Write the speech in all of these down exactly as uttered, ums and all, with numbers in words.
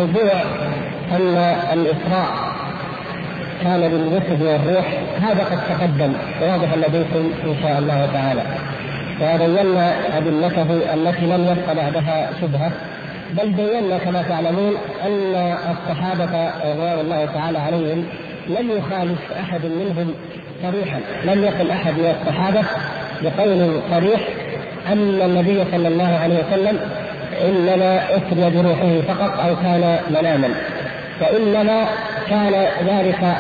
موضوع أن الإسراء كان بالجسد والروح هذا قد تقدم واضح لديكم إن شاء الله تعالى، وبينا أدلته التي لم يبق بعدها شبهة، بل بينا كما تعلمون أن الصحابة رضوان الله تعالى عليهم لم يخالف أحد منهم صريحا، لم يقل أحد من الصحابة بقول صريح أن النبي صلى الله عليه وسلم إنما أسري بروحه فقط أو كان مناما، وإنما كان ذلك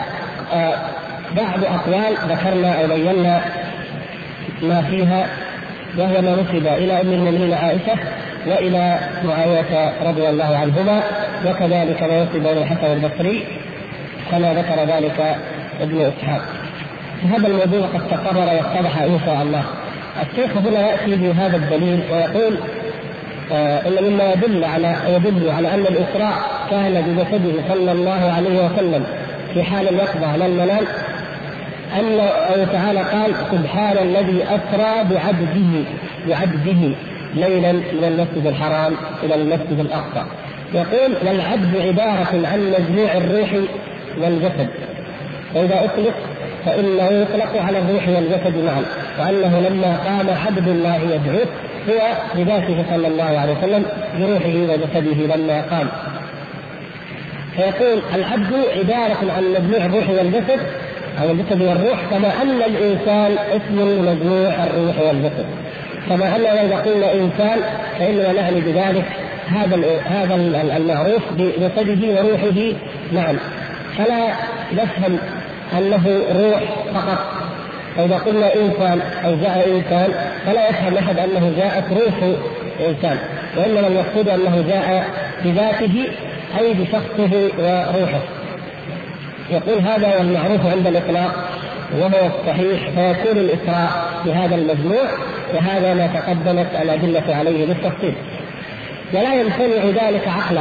بعض أقوال ذكرنا أو بينا ما فيها، وهو ما نسب إلى أم المؤمنين عائشة وإلى معاوية رضي الله عنهما، وكذلك ما ينسب إلى الحسن البصري كما ذكر ذلك ابن إسحاق. هذا الموضوع قد تقرر واتضح إن شاء الله. الشيخ هنا يأتي بهذا الدليل ويقول آه إن مما يدل على يدل على أن الإسراء كان بجسده صلى الله عليه وسلم في حال اليقظة على المنام أن الله تعالى قال سبحان الذي أسرى بعبده بعبده ليلا من المسجد الحرام إلى المسجد الأقصى. يقول والعبد عبارة عن مجموع الروح والجسد، وإذا أطلق فإنه يطلق على الروح والجسد معا، وأنه لما قام عبد الله يدعوه هو بذاته صلى الله عليه وسلم بروحه وجسده لما قام. فيقول العبد عبارة عن مجموع الروح والجسد أو الجسد والروح، كما أن الإنسان اسم مجموع الروح والجسد، كما أننا إذا قلنا إنسان فإننا نعني بذلك هذا هذا المعروف بجسده وروحه معا، فلا نفهم أنه روح فقط. فإذا قلنا إنسان أو جاء إنسان فلا يفهم أحد أنه جاءت روح إنسان، وإنما المقصود أنه جاء بذاته أي بشخصه وروحه. يقول هذا هو المعروف عند الإطلاق وهو الصحيح، فيكون الإسراء بهذا المجموع، وهذا ما تقدمت الأدلة عليه بالتفصيل. ولا يمتنع ذلك عقلا،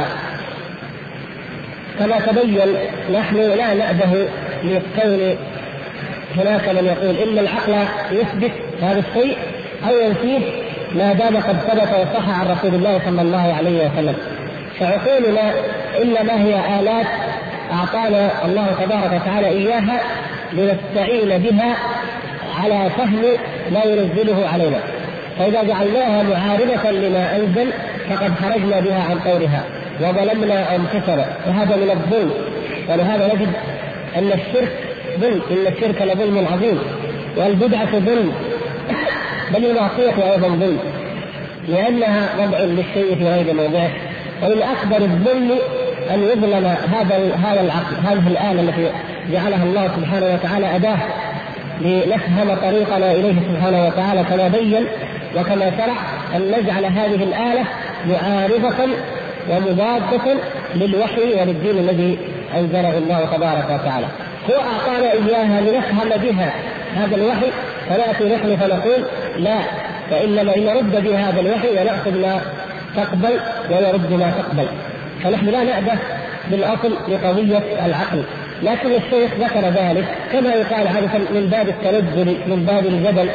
كما تبين نحن لا نأبه للقول هناك من يقول إن العقل يثبت هذا الشيء أو ينفيه ما دام قد ثبت وصح عن رسول الله صلى الله عليه وسلم. فعقولنا إنما هي آلات أعطانا الله تبارك وتعالى إياها لنستعين بها على فهم ما ينزله علينا، فإذا جعلناها معارضة لما أنزل فقد خرجنا بها عن طورها وظلمنا أنفسنا، وهذا من الظلم. ولهذا نجد أن الشرك ظلم، إن الشرك لظلم عظيم، والبدعة ظلم، بل المعصية أيضا ظلم، لأنها وضع للشيء في غير موضعه. ومن أكبر الظلم أن يظلم هذا هذا العقل، هذه الآلة التي جعلها الله سبحانه وتعالى أداة لنفهم طريقنا إليه سبحانه وتعالى كما بين وكما شرع، أن نجعل هذه الآلة معارضة ومضادة للوحي وللدين الذي أنزله الله تبارك وتعالى. هو أعطانا إياها لنفهم بها هذا الوحي، فنأتي نحن فنقول لا، فإنما نرد بها هذا الوحي ونأخذ ما تقبل ويرد ما تقبل. فنحن لا نأبه بالأصل لقضية العقل، لكن الشيخ ذكر ذلك كما يقال عادة من باب التنزل، من باب الجدل،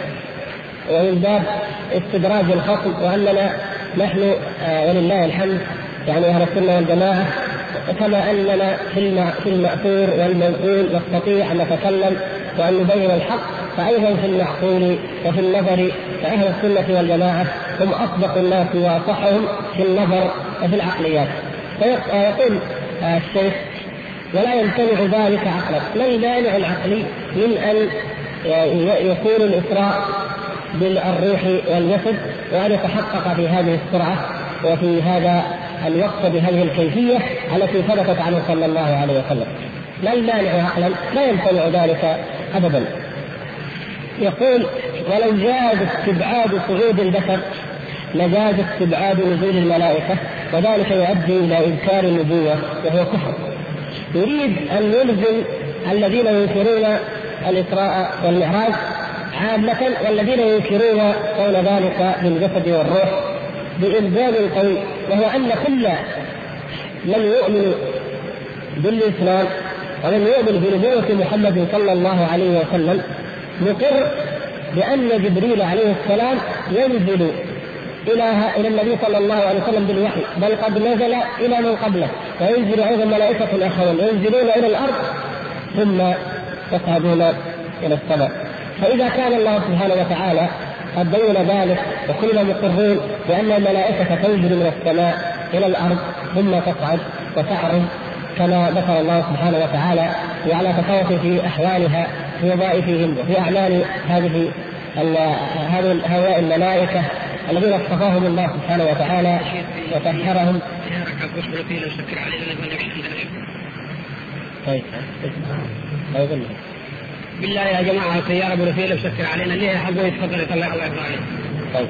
ومن باب استدراج الخصم، وأننا نحن آه ولله الحمد يعني أهل السنة والجماعة كما أننا في المأثور والمنقول نستطيع أن نتكلم وأن نبين الحق، فأيضا في المعقول وفي النظر فأهل السنة والجماعة هم أصدق الناس وأصحهم في النظر وفي العقليات. فيقول آه الشيخ ولا يمتنع ذلك عقلا. ما المانع العقلي من أن يكون الإسراء بالروح والجسد وأن يتحقق في هذه السرعة وفي هذا الوقت بهذه الكيفية التي ثبتت عنه صلى الله عليه وسلم؟ لا المانع عقلا، لا يمتنع ذلك أبدا. يقول ولو جاز استبعاد صعود البشر لجاز استبعاد نزول الملائكة، وذلك يؤدي إلى إنكار النبوة وهو كفر. يريد أن يلزم الذين ينكرون الإسراء والمعراج عامة والذين ينكرون قول ذلك بالجسد والروح بإلزام القول، وهو أن كل من يؤمن بالإسلام ومن يؤمن بنبوة محمد صلى الله عليه وسلم مقر بأن جبريل عليه السلام ينزل إلى إلى النبي صلى الله عليه وسلم بالوحي، بل قد نزل إلى من قبله، وينزل أيضا ملائكة أخرون ينزلون إلى الأرض ثم يصعدون إلى السماء. فإذا كان الله سبحانه وتعالى قد بين ذلك وكلنا مقرون بأن الملائكة تنزل من السماء إلى الأرض ثم تصعد وتعرض كما ذكر الله سبحانه وتعالى، وعلى تفاوت في أحوالها في وظائفهم وفي أعمال هذه هؤلاء الملائكة الذين اصطفاهم الله سبحانه وتعالى وطهرهم. طيب طيب بالله يا جماعة سيارة بروفيل وشكر علينا ليه حبوا يتفضل يطلع الله عليه. طيب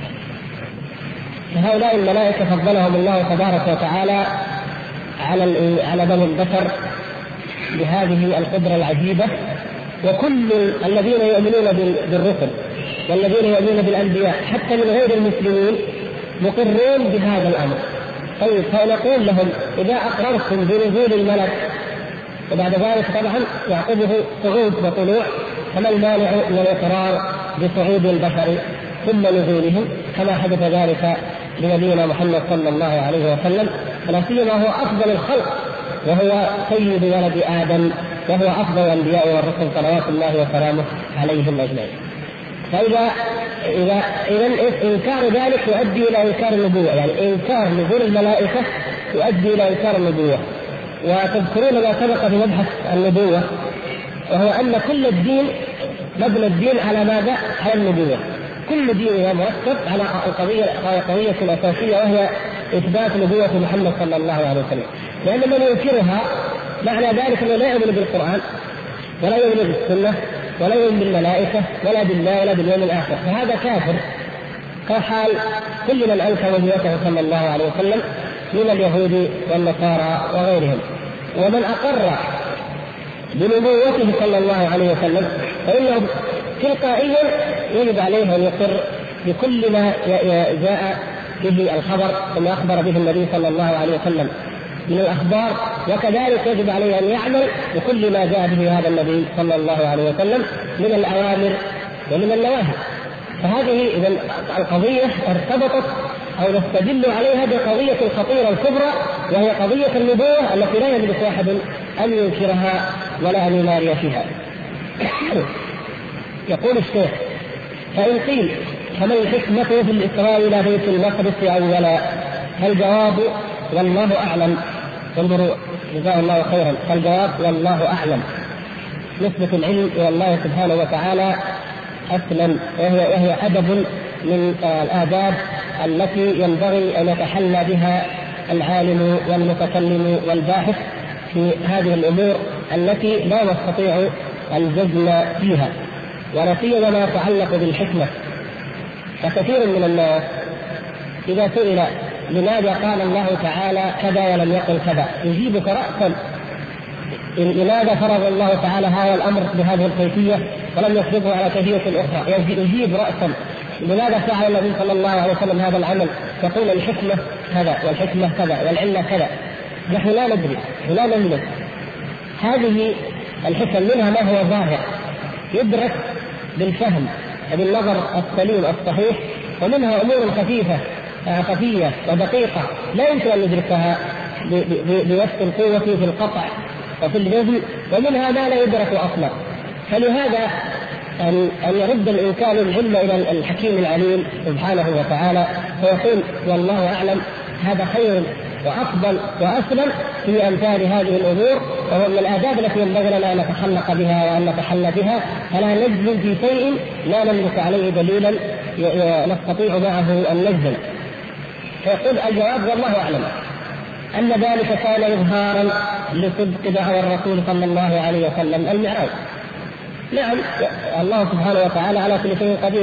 هؤلاء الملائكة فضلهم الله تبارك وتعالى على على بني البشر بهذه القدرة العجيبة، وكل الذين يؤمنون بالرسل والذين يؤمنون بالأنبياء حتى من غير المسلمين مقرون بهذا الأمر. طيب فنقول لهم إذا أقررتم بنزول الملك وبعد ذلك طبعا يعقبه صعود وطلوع، فما المانع من الإقرار بصعود البشر ثم نزولهم كما حدث ذلك لنبينا محمد صلى الله عليه وسلم، ولا سيما هو أفضل الخلق وهو سيد ولد آدم وهو أفضل الأنبياء والرسل صلوات الله وسلامه عليهم أجمعين. فإذا إذا إذا إنكار ذلك يؤدي إلى إنكار النبوة، يعني إنكار نزول الملائكة يؤدي إلى إنكار النبوة. وتذكرون ما سبق في مبحث النبوة، وهو أن كل الدين مبنى الدين على ماذا؟ على النبوة. كل دين مرتب على القضية قضية أساسية وهي إثبات نبوة محمد صلى الله عليه وسلم، لأن من ينكرها معنى ذلك أنه لا يؤمن بالقرآن ولا يؤمن بالسنة ولا يؤمن بالملائكة ولا بالله ولا باليوم الآخر، فهذا كافر كحال كل من أنكر نبوته صلى الله عليه وسلم من اليهود والنصارى وغيرهم. ومن أقر بنبوته صلى الله عليه وسلم فإنه تلقائيا يجب عليه أن يقر بكل ما جاء به الخبر كما أخبر به النبي صلى الله عليه وسلم من الأخبار، وكذلك يجب عليه أن يعمل بكل ما جاء به هذا النبي صلى الله عليه وسلم من الأوامر ومن النواهي. فهذه إذا القضية ارتبطت أو نستدل عليها بقضية خطيرة الكبرى، وهي قضية النبوة التي لا يملك واحد أن ينكرها ولا أن يماري فيها. يقول الشيخ: فإن قيل فما الحكمة في الإسراء إلى بيت المقدس أولا؟ فالجواب والله أعلم. انظروا جزاه الله خيرا، فالجواب والله أعلم. نسبة العلم إلى الله سبحانه وتعالى أسلم، وهي, وهي أدب من الآداب التي ينبغي أن يتحلى بها العالم والمتكلم والباحث في هذه الأمور التي لا نستطيع الجزم فيها، ولا سيما ما يتعلق بالحكمة. فكثير من الناس إذا سئل لماذا قال الله تعالى كذا ولم يقل كذا يجيبك رأسا، لماذا فرض الله تعالى هذا الأمر بهذه الكيفية ولم يفرضه على كيفية أخرى؟ يجيب رأسا لماذا فعل النبي صلى الله عليه وسلم هذا العمل؟ يقول الحكمة كذا والحكمة كذا والعلة كذا. نحن لا ندري ولا نملك هذه الحكم، منها ما هو ظاهر يدرك بالفهم بالنظر السليم الصحيح، ومنها أمور خفيفة خفية ودقيقة لا يمكن أن ندركها بوسط القوة في القطع وفي الجزم، ومنها ما لا يدرك أصلا. فلهذا أن يرد الإنسان العلم إلى الحكيم العليم سبحانه وتعالى ويقول والله أعلم، هذا خير وأفضل وأسلم في أمثال هذه الأمور، وهو من الآداب التي ينبغي لنا أن نتخلق بها وأن نتحلى بها، فلا نجزم في شيء لا نملك عليه دليلا نستطيع معه أن نجزم. فيقول الجواب والله أعلم أن ذلك كان إظهارا لصدق دعوى الرسول صلى الله عليه وسلم المعراج. نعم الله سبحانه وتعالى على كل شيء قدير،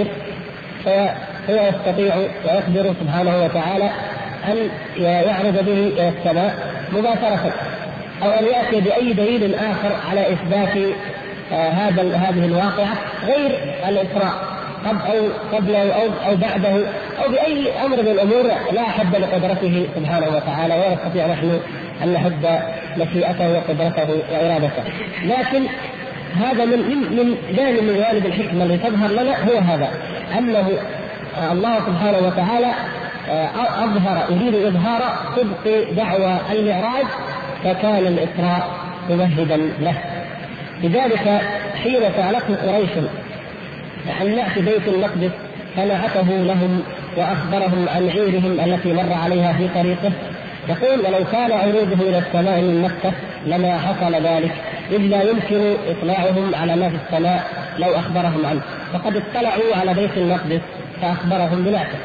فهو يستطيع ويقدر سبحانه وتعالى أن يعرض به إلى السماء مباشرة، أو أن يأتي بأي دليل آخر على إثبات آه هذا هذه الواقعة غير الإسراء قبل أو قبله أو أو بعده أو بأي أمر من الأمور لا حد لقدرته سبحانه وتعالى، ولا نستطيع نحن أن نحد مشيئته وقدرته وإرادته. لكن هذا من من جانب من جوانب الحكمة اللي تظهر لنا هو هذا، أنه الله سبحانه وتعالى أظهر يريد إظهار صدق دعوى المعراج، فكان الإسراء ممهدا له. لذلك حين سألته قريش عن نعت بيت المقدس فنعته لهم وأخبرهم عن عيرهم التي مر عليها في طريقه، يقول: ولو كان عروضه إلى السماء من مكة لما حصل ذلك، إذ لا يمكن إطلاعهم على ما في السماء لو أخبرهم عنه، فقد اطلعوا على بيت المقدس فأخبرهم بنعته.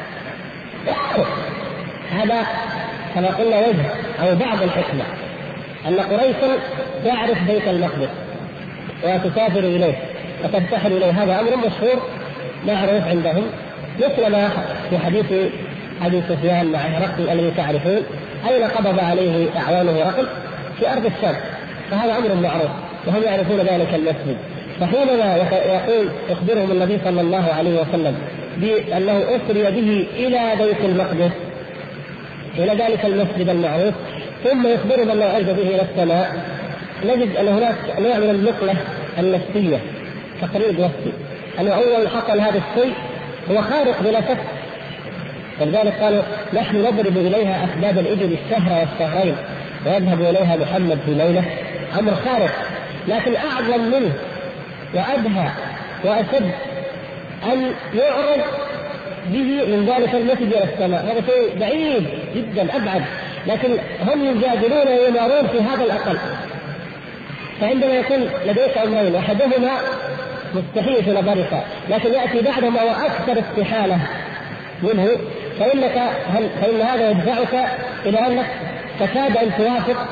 هذا كما قلنا وجه أو بعض الحكمة، أن قريش تعرف بيت المقدس وتسافر إليه وتفتحل إليه، هذا أمر مشهور معروف عندهم، مثل ما في حديث أبي سفيان مع هرقل الذي تعرفون أين قبض عليه أعوانه هرقل؟ في أرض الشام، فهذا أمر معروف وهم يعرفون ذلك المسجد. فحينما يقول يخبرهم النبي صلى الله عليه وسلم بأنه أسري به إلى بيت المقدس إلى ذلك المسجد المعروف، ثم يخبرهم أنه عرج به إلى السماء، نجد أن هناك نوع من النقلة النفسية تقريب نفسي، أن أول حصل هذا الشيء هو خارق بلا شك. ولذلك قالوا: نحن نضرب إليها أسباب الإبل الشهر والشهرين ويذهب إليها محمد في ليلة، أمر خارق. لكن أعظم منه وأدهى وأشد أن يعرض به من ذلك المسجد إلى السماء، هذا شيء بعيد جدا أبعد، لكن هم يجادلون ويمارون في هذا الأقل. فعندما يكون لديك أمرين أحدهما مستحيل في نظرك لكن يأتي بعدما وأكثر استحالة منه، فإنك هل فإن هذا يدفعك إلى أنك تكاد أن توافق،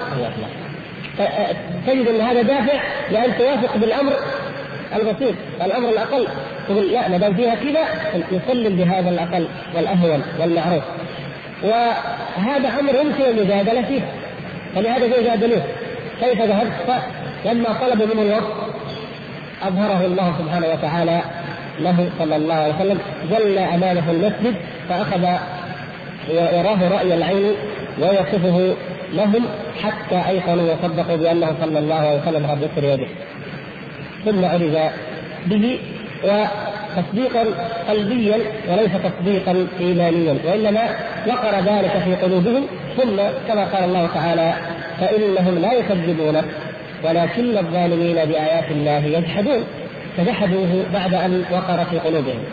تجد أن هذا دافع لأن توافق بالأمر البسيط الأمر الأقل، تقول لا ما دام فيها كذا يسلم بهذا الأقل والأهون والمعروف، وهذا أمر يمكن المجادلة فيه، فلهذا يجادلوه. كيف ذهبت؟ لما طلبوا منه الوقت أظهره الله سبحانه وتعالى له صلى الله عليه وسلم، جل أمامه المسجد فأخذ يراه رأي العين ويصفه لهم حتى أيقنوا وصدقوا بأنه صلى الله عليه وسلم قد أسري به، ثم عرج به وتصديقا قلبيا وليس تصديقا إيمانيا، وإنما وقر ذلك في قلوبهم. ثم كما قال الله تعالى: فإنهم لا يكذبونك ولكن الظالمين بآيات الله يجحدون، فجحدوه بعد أن وقر في قلوبهم.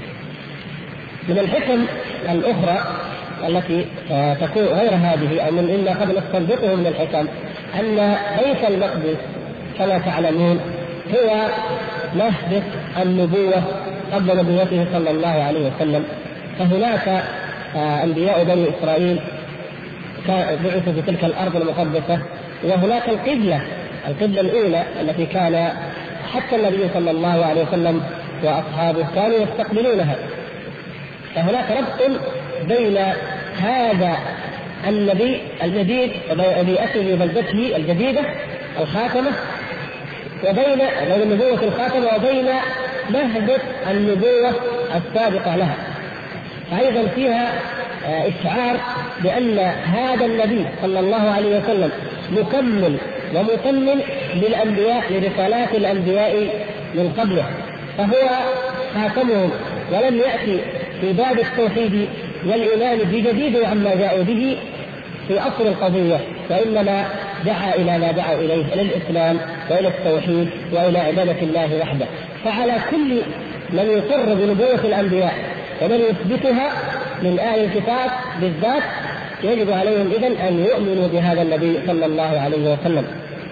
من الحكم الأخرى التي تكون غير هذه أو من إلا قد نستنبطه من الحكم أن بيت المقدس كما تعلمون هو مهبط النبوة قبل نبوته صلى الله عليه وسلم. فهناك أنبياء بني إسرائيل بعثوا في تلك الأرض المقدسة، وهناك القبلة القبلة الأولى التي كان حتى النبي صلى الله عليه وسلم وأصحابه كانوا يستقبلونها. فهناك ربط بين هذا النبي الجديد وبيئته بلدته الجديدة الخاتمة وبين نبوة الخاتمة وبين مهبط النبوة السابقة لها. أيضا فيها إشعار بأن هذا النبي صلى الله عليه وسلم مكمل ومكمل للأنبياء لرسالات الأنبياء من قبله، فهو خاتمهم، ولم يأتي في باب التوحيد والإيمان بجديد عما جاءوا به في أصل القضية، وإنما دعا إلى ما دعوا إليه، إلى الإسلام وإلى التوحيد وإلى عبادة الله وحده. فعلى كل من يقر بنبوة الأنبياء ومن يثبتها من أهل الكتاب بالذات يجب عليهم إذن أن يؤمنوا بهذا النبي صلى الله عليه وسلم.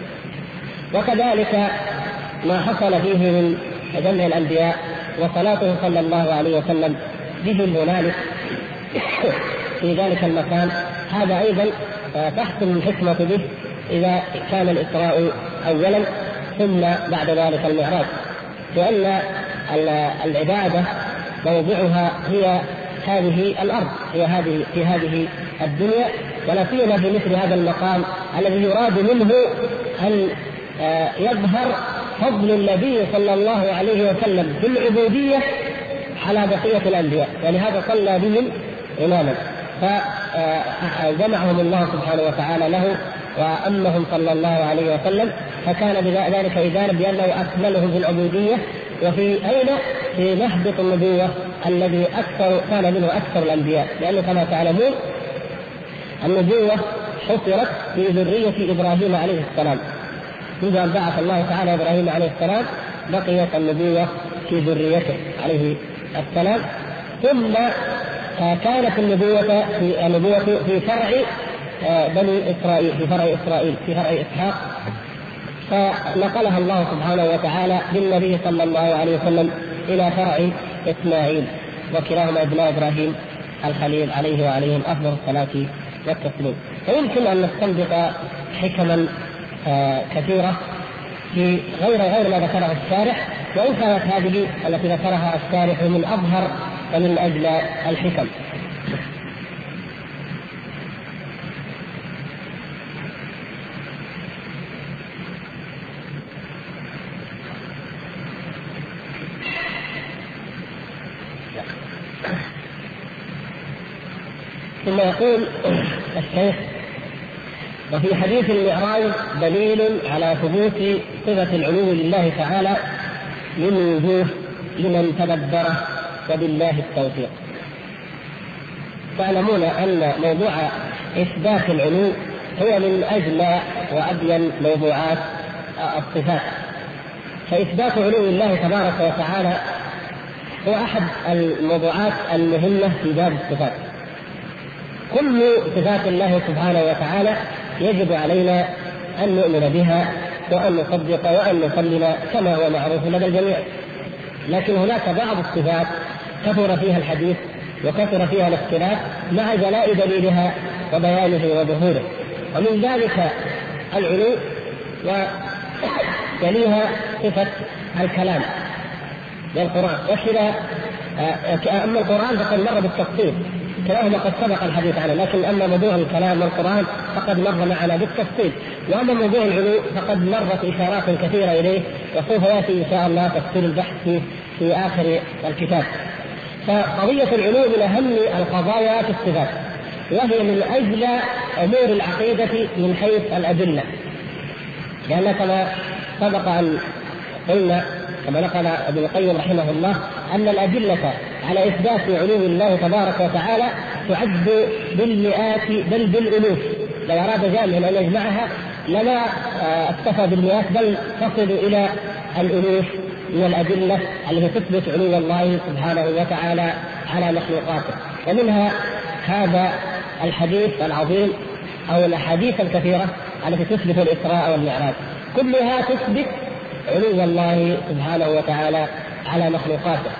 وكذلك ما حصل فيه من جمع الأنبياء وصلاته صلى الله عليه وسلم بهم هنالك في ذلك المكان، هذا أيضا تحصل الحكمة به إذا كان الإسراء أولا ثم بعد ذلك المعراج، لأن العبادة موضعها هي هذه الأرض، هي هذه في هذه الدنيا، ولا سيما في مثل هذا المقام الذي يراد منه أن يظهر فضل النبي صلى الله عليه وسلم بالعبودية على بقية الأنبياء، ولهذا صلى بهم إماما، فجمعهم الله سبحانه وتعالى له وأمهم صلى الله عليه وسلم، فكان بذلك إذانا بأنه أكملهم في العبودية وفي أين؟ في مهبط النبوة الذي أكثر كان منه أكثر الأنبياء، لأنه كما تعلمون النبوة حصرت في ذرية إبراهيم عليه السلام. منذ أن بعث الله تعالى إبراهيم عليه السلام بقيت النبوة في ذريته عليه السلام، ثم كانت النبوة في النبوة في فرع بني إسرائيل، في فرع إسرائيل في فرع إسحاق، فنقلها الله سبحانه وتعالى للنبي صلى الله عليه وسلم إلى فرع إسماعيل، وكلاهما ابناء إبراهيم الخليل عليه وعليهم أفضل الصلاة والتسليم. فيمكن أن نستنبط حكما كثيرة في غير غير ما ذكره الشارح، وإن كانت هذه التي ذكرها الشارح من أظهر ومن أجل الحكم. ثم يقول الشيخ: وفي حديث المعراج دليل على ثبوت صفة العلو لله تعالى من وجوه لمن تدبره، وبالله التوفيق. تعلمون أن موضوع إثبات العلو هو من أجل وأبين موضوعات الصفات، فإثبات علو الله تبارك وتعالى هو أحد الموضوعات المهمة في باب الصفات. كل صفات الله سبحانه وتعالى يجب علينا أن نؤمن بها وأن نصدق وأن نسلم كما هو معروف لدى الجميع، لكن هناك بعض الصفات كثر فيها الحديث وكثر فيها الاختلاف مع جلاء دليلها وبيانه وظهوره، ومن ذلك العلو، ويليها صفة الكلام والقرآن. وكذا أما القرآن فقد مر بالتفصيل، كلاهما قد سبق الحديث عنه، لكن أما موضوع الكلام والقرآن فقد مر معنا بالتفصيل، وأما موضوع العلو فقد مرت إشارات كثيرة إليه، وسوف يأتي إن شاء الله تفصيل البحث في آخر الكتاب. فقضية العلو من أهم القضايا في الصفات، وهي من أجل أمور العقيدة من حيث الأدلة، لأن كما سبق أن قلنا كما نقل ابن القيم رحمه الله أن الأدلة على إثبات علو الله تبارك وتعالى تعد بالمئات بل بالألوف، لو أراد جامع أن يجمعها لما اكتفى بالمئات بل تصل إلى الألوف من الأدلة التي تثبت علو الله سبحانه وتعالى على مخلوقاته. ومنها هذا الحديث العظيم أو الأحاديث الكثيرة التي تثبت الإسراء والمعراج، كلها تثبت علو الله سبحانه وتعالى على مخلوقاته.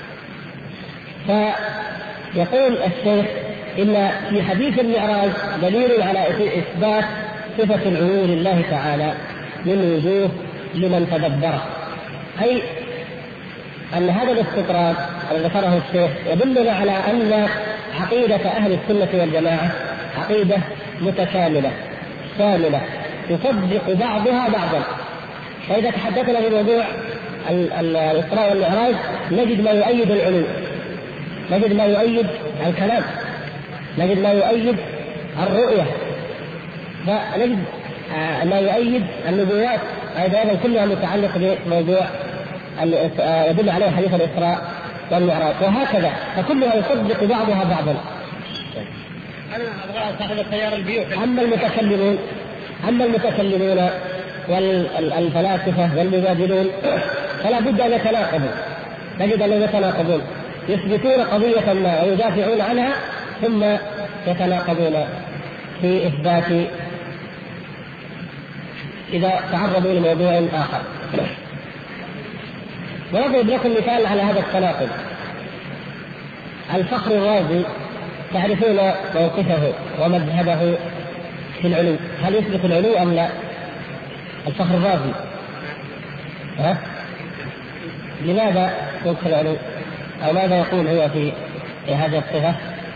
فيقول الشيخ إن في حديث المعراج دليل على إثبات صفة العلو لله تعالى من وجوه لمن تدبره، أي أن هذا الاستطراد الذي ذكره الشيخ يدلنا على أن عقيدة أهل السنة والجماعة عقيدة متكاملة شاملة يصدق بعضها بعضا. فإذا تحدثنا في موضوع الإسراء والمعراج نجد ما يؤيد العلو، نجد ما يؤيد الكلام، نجد ما يؤيد الرؤية، فنجد ما يؤيد النبوات أيضا كلها متعلق بموضوع يدل عليه حديث الإسراء والمعراج، وهكذا فكلها يصدق بعضها بعضا. أنا أبغى صاحب التيار البيوت. أما المتكلمون أما المتكلمون والفلاسفة والمجادلون فلا بد أن يتناقضوا، نجد أنهم يتناقضون، يثبتون قضية ما ويدافعون عنها ثم يتناقضون في إثبات إذا تعرضوا لموضوع آخر. ونضرب لكم مثال على هذا التناقض. الفخر الرازي تعرفون موقفه ومذهبه في العلو، هل يثبت العلو أم لا؟ الفخر الرازي ها؟ لماذا ينكر العلو أو ماذا يقول هو في هذه الصفة؟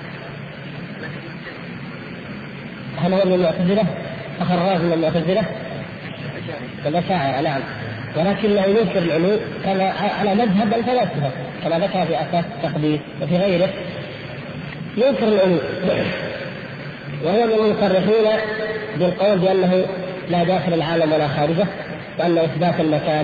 هل هو من المعتزلة؟ فخر الرازي من المعتزلة؟ الأشاعرة نعم، ولكنه ينكر العلو كما على مذهب الفلاسفة كما ذكر في أساس التقديس وفي غيره، ينكر العلو، وهو من المصرحين بالقول بأنه لا داخل العالم ولا خارجه، وأن إثبات المكان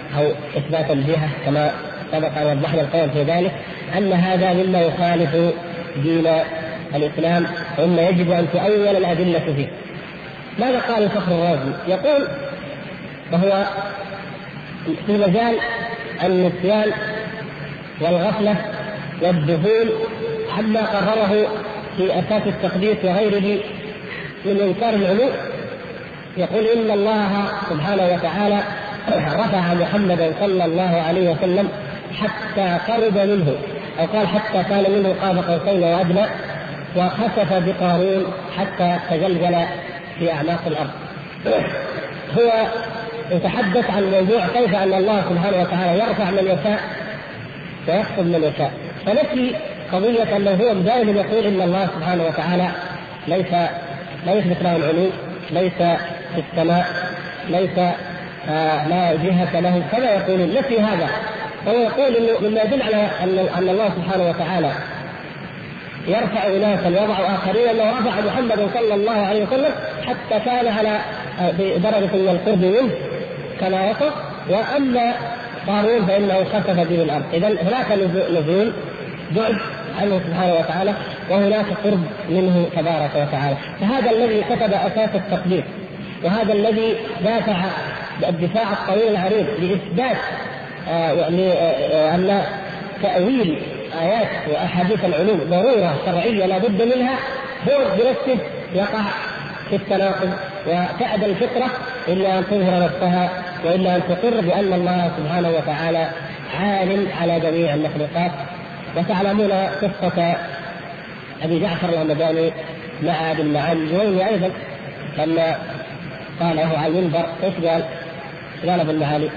أو إثبات الجهة كما سبق أن وضحنا القول في ذلك، أن هذا مما يخالف دين الإسلام وإما يجب أن تؤول الأدلة فيه. ماذا قال الفخر الرازي؟ يقول وهو في مجال النسيان والغفلة والذهول عما قرره في أساس التقديس وغيره من إنكار العلو، يقول إن الله سبحانه وتعالى رفع محمدا صلى الله عليه وسلم حتى قرب منه، أو قال حتى كان منه قاب قوسين وأدنى، وخسف بقارون حتى تجلجل في أعماق الأرض. هو يتحدث عن موضوع كيف أن الله سبحانه وتعالى يرفع من يشاء ويخفض من يشاء، فنفي قضية أنه هو دائما يقول إن الله سبحانه وتعالى ليس لا يثبت له العلو، ليس في السماء، ليس آه لا جهة له كما يقولون، نفي هذا. وهو يقول إنه مما يدل على أن أن الله سبحانه وتعالى يرفع أناسا ويضع آخرين، أنه رفع محمد صلى الله عليه وسلم حتى كان على درجة من القرب منه كما وصف، وأما قارون فإنه خسف به الأرض. إذن هناك نزول بعد عنه سبحانه وتعالى، وهناك قرب منه تبارك وتعالى. فهذا الذي كتب أساس التقدير، وهذا الذي دافع الدفاع الطويل العريض لإثبات آه يعني آه أن تأويل آيات وأحاديث العلوم ضرورة شرعية لا بد منها، هو بنفسه يقع في التناقض، وتأبى الفطرة إلا أن تظهر نفسها وإلا أن تقر بأن الله سبحانه وتعالى عالم على جميع المخلوقات. وتعلمون قصة أبي جعفر الهمداني مع ابن معالي الجويني أيضا، لما قال له على المنبر ايش قال؟ قال ابن معالي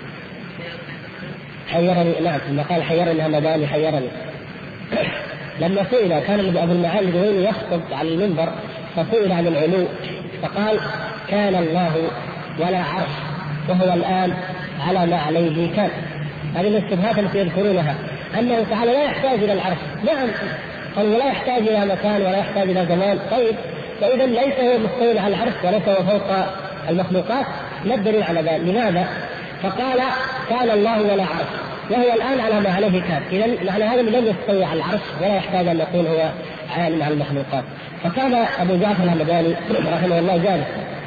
حيرني، نعم لما قال حيرني الهمداني حيرني لما سئل كان ابو المعالي الجويني يخطب على المنبر فسئل عن العلو فقال كان الله ولا عرش وهو الآن على ما عليه كان. هذه الشبهات التي يذكرونها أنه تعالى لا يحتاج إلى العرش، نعم قال ولا يحتاج إلى مكان ولا يحتاج إلى زمان. طيب فإذا ليس هو مستوي على العرش وليس هو فوق المخلوقات، ما الدليل على ذلك؟ لماذا؟ فقال كان الله ولا عرش وهو الآن على ما عليه كان. إذن معنى هذا لم يستوي على العرش ولا يحتاج أن يكون هو عالم على المخلوقات. فكان أبو جعفر الهمداني رحمه الله جالس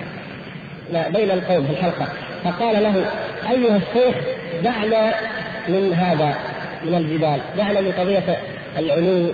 بين القوم في الحلقة، فقال له أيها الشيخ دعنا من هذا من الجدال، دعنا من قضية العلو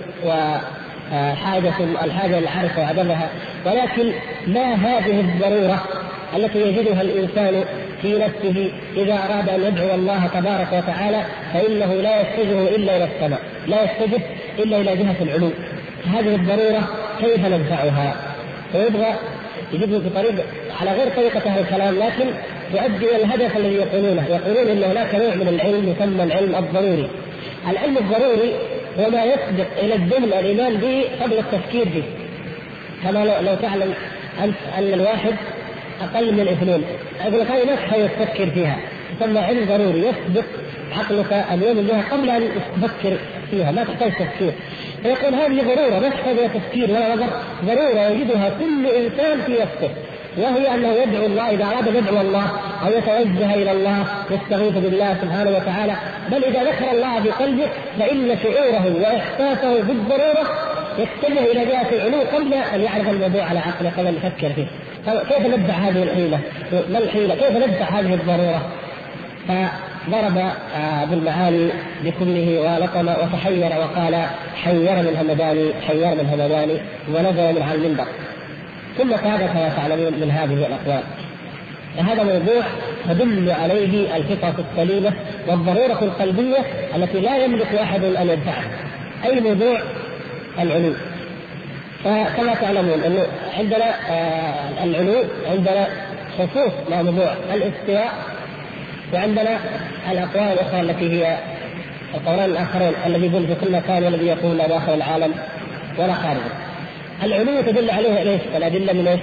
وحاجة الحاجة للعرش وعدمها، ولكن ما هذه الضرورة التي يجدها الإنسان في نفسه إذا أراد أن يدعو الله تبارك وتعالى فإنه لا يتجه إلا إلى السماء، لا يتجه إلا إلى جهة العلو. هذه الضرورة كيف ندفعها؟ فيبغى يجيبه بطريق على غير طريقة أهل الكلام، لكن يؤدي إلى الهدف الذي يقولونه. يقولون إن هناك نوع من العلم يسمى العلم الضروري. العلم الضروري هو ما يسبق إلى الذهن الإيمان به قبل التفكير به. كما لو تعلم أنت أن الواحد أقل من الاثنين، أقول لك هذه نفسها يفكر فيها، يسمى علم ضروري يسبق عقلك أن يؤمن بها قبل أن تفكر فيها، ما تحتاج تفكير. فيقول هذه ضرورة لا تحتاج إلى تفكير ولا نظر، ضرورة يجدها كل إنسان في نفسه، وهي أنه يدعو الله إذا أراد أن يدعو الله أو يتوجه إلى الله يستغيث بالله سبحانه وتعالى، بل إذا ذكر الله في قلبه فإن شعوره وإحساسه بالضرورة يتجه إلى جهة العلو قبل أن يعرف الموضوع على عقله قبل أن يفكر فيه. كيف ندفع هذه الحيلة؟ ما الحيلة؟ كيف ندفع هذه الضرورة؟ فضرب ابو المعالي بكله ولطم وتحير وقال حيرني الهمداني حيرني الهمداني ونزل من على المنبر. ثم تاب كما تعلمون من هذه الأقوال. هذا موضوع تدل عليه الفطرة السليمة والضرورة القلبية التي لا يملك أحد أن يدفعها، أي موضوع العلو. فكما تعلمون أنه عندنا آه العلو عندنا خصوص مع موضوع الاستواء، وعندنا الأقوال الأخرى التي هي القولان الآخرين الذي يقول في كل مكان والذي يقول لا داخل العالم ولا خارجه. العلو تدل عليه ليش؟ الأدلة من ايش؟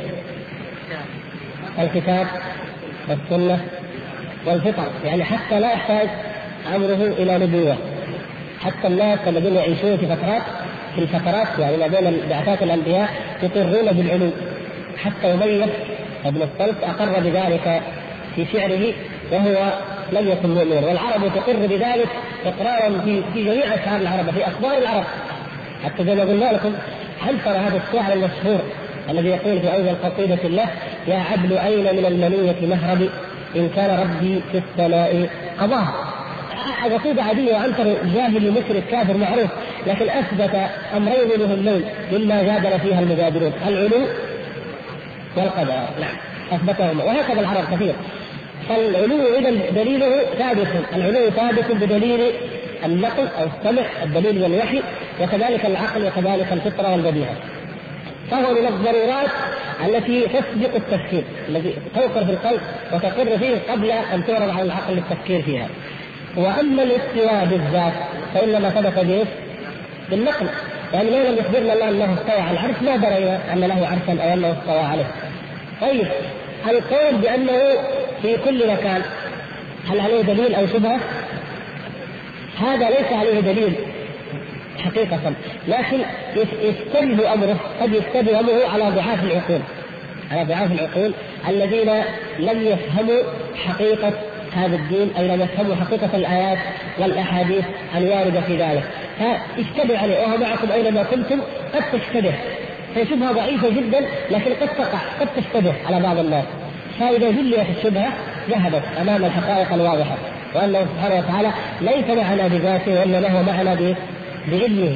الكتاب والسنة والفطر، يعني حتى لا يحتاج أمره إلى نبوة. حتى الناس الذين يعيشون في فترات في الفترات يعني ما بين بعثات الأنبياء يقرون بالعلو. حتى أمية بن الصلت أقر بذلك في شعره، وهو لم يكن مؤمنا، والعرب تقر بذلك إقرارا في في جميع أشعار العرب، في أخبار العرب. حتى زي ما قلنا لكم، هل ترى هذا الشاعر المشهور الذي يقول في أول قصيدة له: يا عبل أين من المنية مهربي إن كان ربي في السماء قضاها. قصيدة عادية وعنتر جاهل مشرك كافر معروف، لكن أثبت أمرين مهمين مما جادل فيها المجادلون: العلو والقضاء. نعم أثبتهما، وهكذا العرب كثير. فالعلو إذا دليله ثابت، العلو ثابت بدليل النقل أو السمع، الدليل والوحي، وكذلك العقل وكذلك الفطرة والبديهة. فهو من الضرورات التي تسبق التفكير، الذي توقر في القلب وتقر فيه قبل أن تعرض على العقل للتفكير فيها. وأما الاستواء بالذات فإنما ثبت به بالنقل، يعني لو لم يخبرنا الله أنه استوى على العرش ما درينا أن له عرشا أو أنه استوى عليه. طيب القول بأنه في كل مكان هل عليه دليل أو شبهة؟ هذا ليس عليه دليل حقيقة، لكن يشتبه أمره، قد يشتبه أمره على ضعاف العقول، على ضعاف العقول الذين لم يفهموا حقيقة هذا الدين، أي لم يفهموا حقيقة الآيات والأحاديث الواردة في ذلك، فاشتبه عليه. وهو معكم أينما كنتم قد تشتبه، هي شبهة ضعيفة جدا لكن قد تقع، قد تشتبه على بعض الناس، فإذا جليت الشبهة ذهبت أمام الحقائق الواضحة، وأنه سبحانه وتعالى ليس معنا بذاته وإنما هو معنا بعلمه.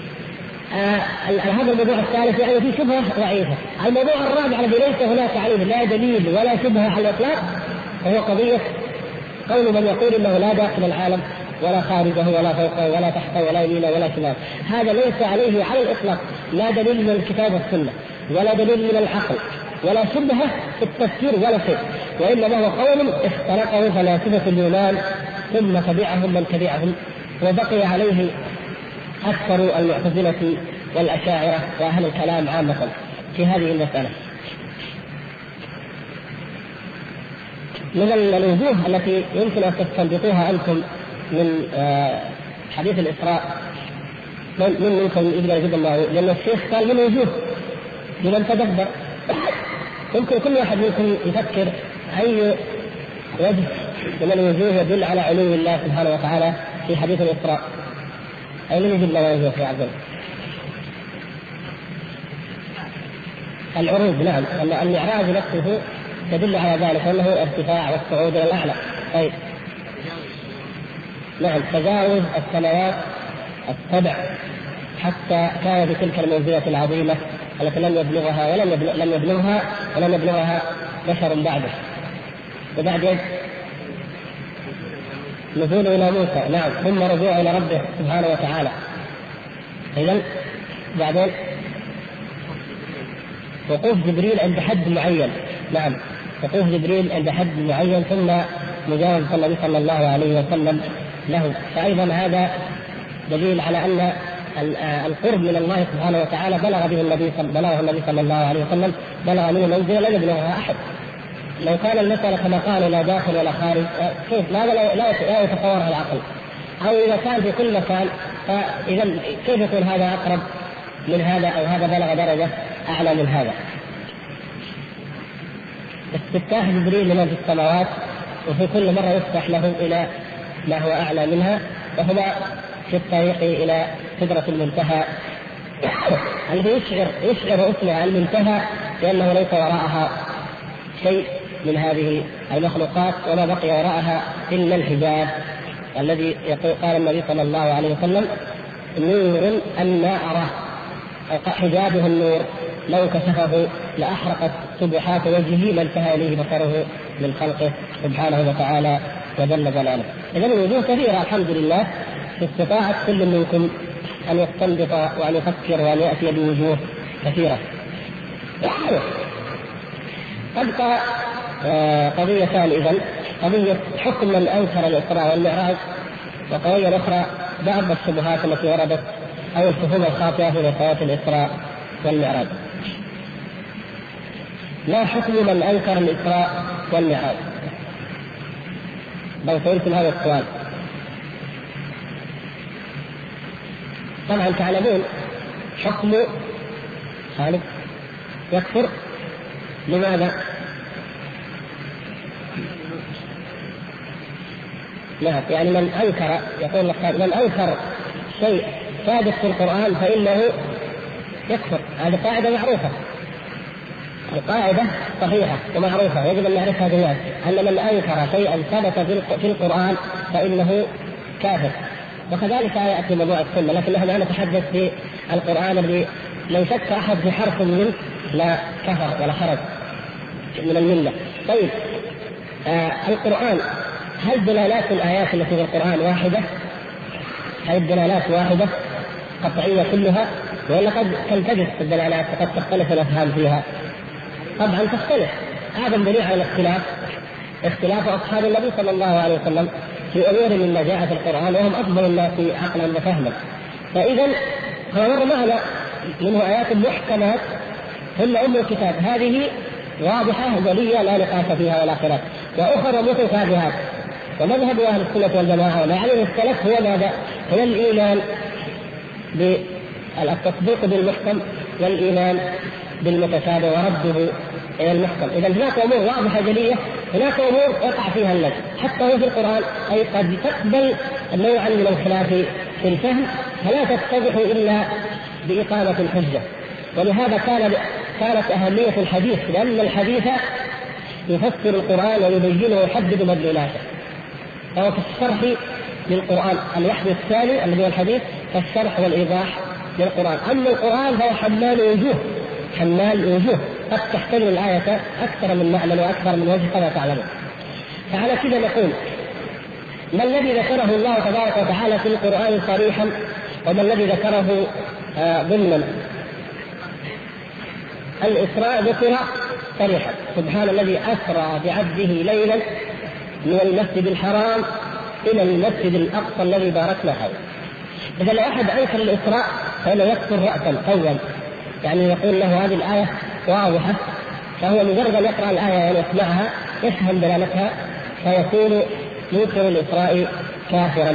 آه هذا الموضوع الثالث يعني في شبهة ضعيفة. الموضوع الرابع الذي ليس هناك عليه لا دليل ولا شبهة على الإطلاق وهو قضية قول من يقول إنه لا داخل العالم ولا خارجه ولا فوقه ولا تحته ولا يمينه ولا شمال. هذا ليس عليه على الإطلاق لا دليل من الكتاب والسنة ولا دليل من العقل ولا شبهة في التفسير ولا شيء، وإنما هو قول اختلقه فلاسفة اليونان ثم تبعهم من تبعهم، وبقي عليه أكثر المعتزلة والأشاعرة وأهل الكلام عامة في هذه المسألة. من الوجوه التي يمكن أن تستنبطوها أنتم من حديث الإسراء، من منكم يقدر يجيب الله، لأن الشيخ قال من وجوه لمن تدبر. يمكن كل واحد منكم يفكر أي وجه من الوجوه يدل على علو الله سبحانه وتعالى في حديث الإسراء. أي من يجيب الله وجوه في عبد العروض؟ نعم، أن المعراج نفسه تدل على ذلك أنه ارتفاع والصعود إلى الأعلى. طيب نعم، تجاوز السماوات السبع حتى كان في تلك المنزلة العظيمة التي لم يبلغها ولم يبلغ لم يبلغها ولم يبلغها بشر بعده. وبعدين نزول إلى موسى، نعم، ثم رجوع إلى ربه سبحانه وتعالى. إذن بعدين وقوف جبريل عند حد معين، نعم، وقوف جبريل عند حد معين ثم مجاوزة النبي صلى الله عليه وسلم له. فأيضا هذا دليل على أن القرب من الله سبحانه وتعالى بلغ به النبي بلغه النبي صلى الله عليه وسلم، بلغ منه منزلة لا يبلغها أحد. لو كان المسألة كما قالوا لا داخل ولا خارج، كيف هذا لا, لا يتصورها العقل؟ أو إذا كان في كل مكان فإذا كيف يكون هذا أقرب من هذا أو هذا بلغ درجة أعلى من هذا؟ استفتاح جبريل لمن في السماوات، وفي كل مرة يفتح له إلى ما هو أعلى منها، وهما في الطريق إلى سدرة المنتهى الذي يشعر يشعر اسمها المنتهى لأنه ليس وراءها شيء من هذه المخلوقات وما بقي وراءها إلا الحجاب الذي يقول قال النبي صلى الله عليه وسلم نور أن أراه، أو حجابه النور لو كشفه لأحرقت سبحات وجهه ما انتهى إليه بصره من خلقه سبحانه وتعالى وجل جلاله. إذن الوجوه كثيرة الحمد لله، استطاعت كل منكم أن يستنبط وأن يفكر وأن يأتي بوجوه كثيرة. تبقى قضيتان إذن، قضية حكم من أنكر الإسراء والمعراج، وقضية أخرى بعض الشبهات التي وردت أو الفهوم الخاطئة في مسألة الإسراء والمعراج. ما حكم من أنكر الإسراء والمعراج؟ لو سئلتم هذا السؤال، طبعا تعلمون حكم خالد يكفر. لماذا؟ نعم، يعني من أنكر، يقول من أنكر شيء ثابت في القرآن فإنه يكفر. هذه قاعدة معروفة، القاعدة صحيحة ومعروفة يجب أن نعرفها جميعا، أن من أنكر شيئا ثبت في القرآن فإنه كافر. وكذلك يأتي موضوع السنة، لكن نحن لا نتحدث في القرآن الذي لو شك أحد في حرف منه لا كفر ولا خرج من الملة. طيب آه القرآن، هل دلالات الآيات التي في القرآن واحدة؟ هل الدلالات واحدة قطعية كلها، ولا قد تلتبس الدلالات وقد تختلف الأفهام فيها؟ طبعا تختلف. أعظم دليل على الاختلاف اختلاف أصحاب النبي صلى الله عليه وسلم في أمور مما جاء في القرآن، وهم أفضل الناس عقلا وفهما. فإذا هو مر معنا منه آيات محكمات هن أم الكتاب، هذه واضحة جلية لا نقاش فيها ولا خلاف، وأخرى متشابهات. ومذهب أهل السنة والجماعة وما عليه السلف هو ماذا؟ هو الإيمان بالتصديق بالمحكم والإيمان بالمتشابه ورده إلى المحكم. إذا هناك أمور واضحة جلية، هناك أمور يقع فيها اللبس حتى هو في القرآن، أي قد تقبل نوعا من الخلاف في الفهم، فلا تتضح إلا بإقامة الحجة. ولهذا كان كانت أهمية الحديث، لأن الحديث يفسر القرآن ويبينه ويحدد مدلولاته. فهو في الشرح للقرآن الوحي الثاني الذي هو الحديث، فالشرح والإيضاح للقرآن. أما القرآن فهو حمال وجوه، حمال وجوه قد تحتمل الآية أكثر من معنى وأكثر من وجه كما تعلمون. فعلى كذا نقول ما الذي ذكره الله تبارك وتعالى في القرآن صريحا، وما الذي ذكره آه ضمنا؟ الإسراء ذكر صريحا، سبحان الذي أسرى بعبده ليلا من المسجد الحرام إلى المسجد الأقصى الذي باركنا حوله. إذا لو أحد أنكر الإسراء فإنه يكفر رأسا قولا، يعني يقول له هذه الآية واضحة، فهو مجرد أن يقرأ الآية ويسمعها يفهم دلالتها فيكون منكر الإسراء كافرا.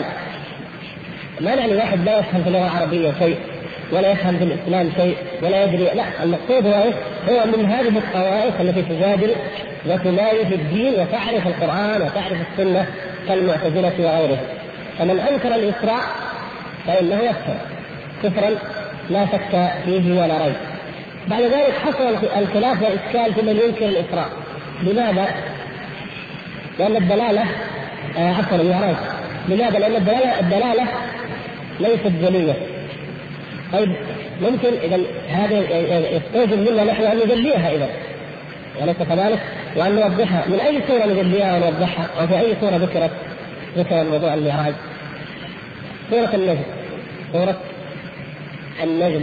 ما يعني واحد لا يفهم في اللغة العربية شيء ولا يفهم في الإسلام شيء ولا يدري، لا، المقصود هو هو من هذه الطوائف التي تجادل وتمارس الدين وتعرف القرآن وتعرف السنة كالمعتزلة وغيره. فمن أنكر الإسراء فإنه يكفر كفرا لا شك فيه ولا ريب. بعد ذلك حصل الخلاف والإشكال في من ينكر الإسراء. لماذا؟ لأن الدلالة آه عفوا المعراج. لماذا؟ لأن الدلالة, الدلالة ليست جلية. طيب ممكن إذا هذا يستوجب منا نحن أن نجليها إذا وليس كذلك، وأن نوضحها. من أي سورة نجليها ونوضحها؟ وفي أي سورة ذكرت ذكر موضوع المعراج؟ سورة النجم. سورة النجم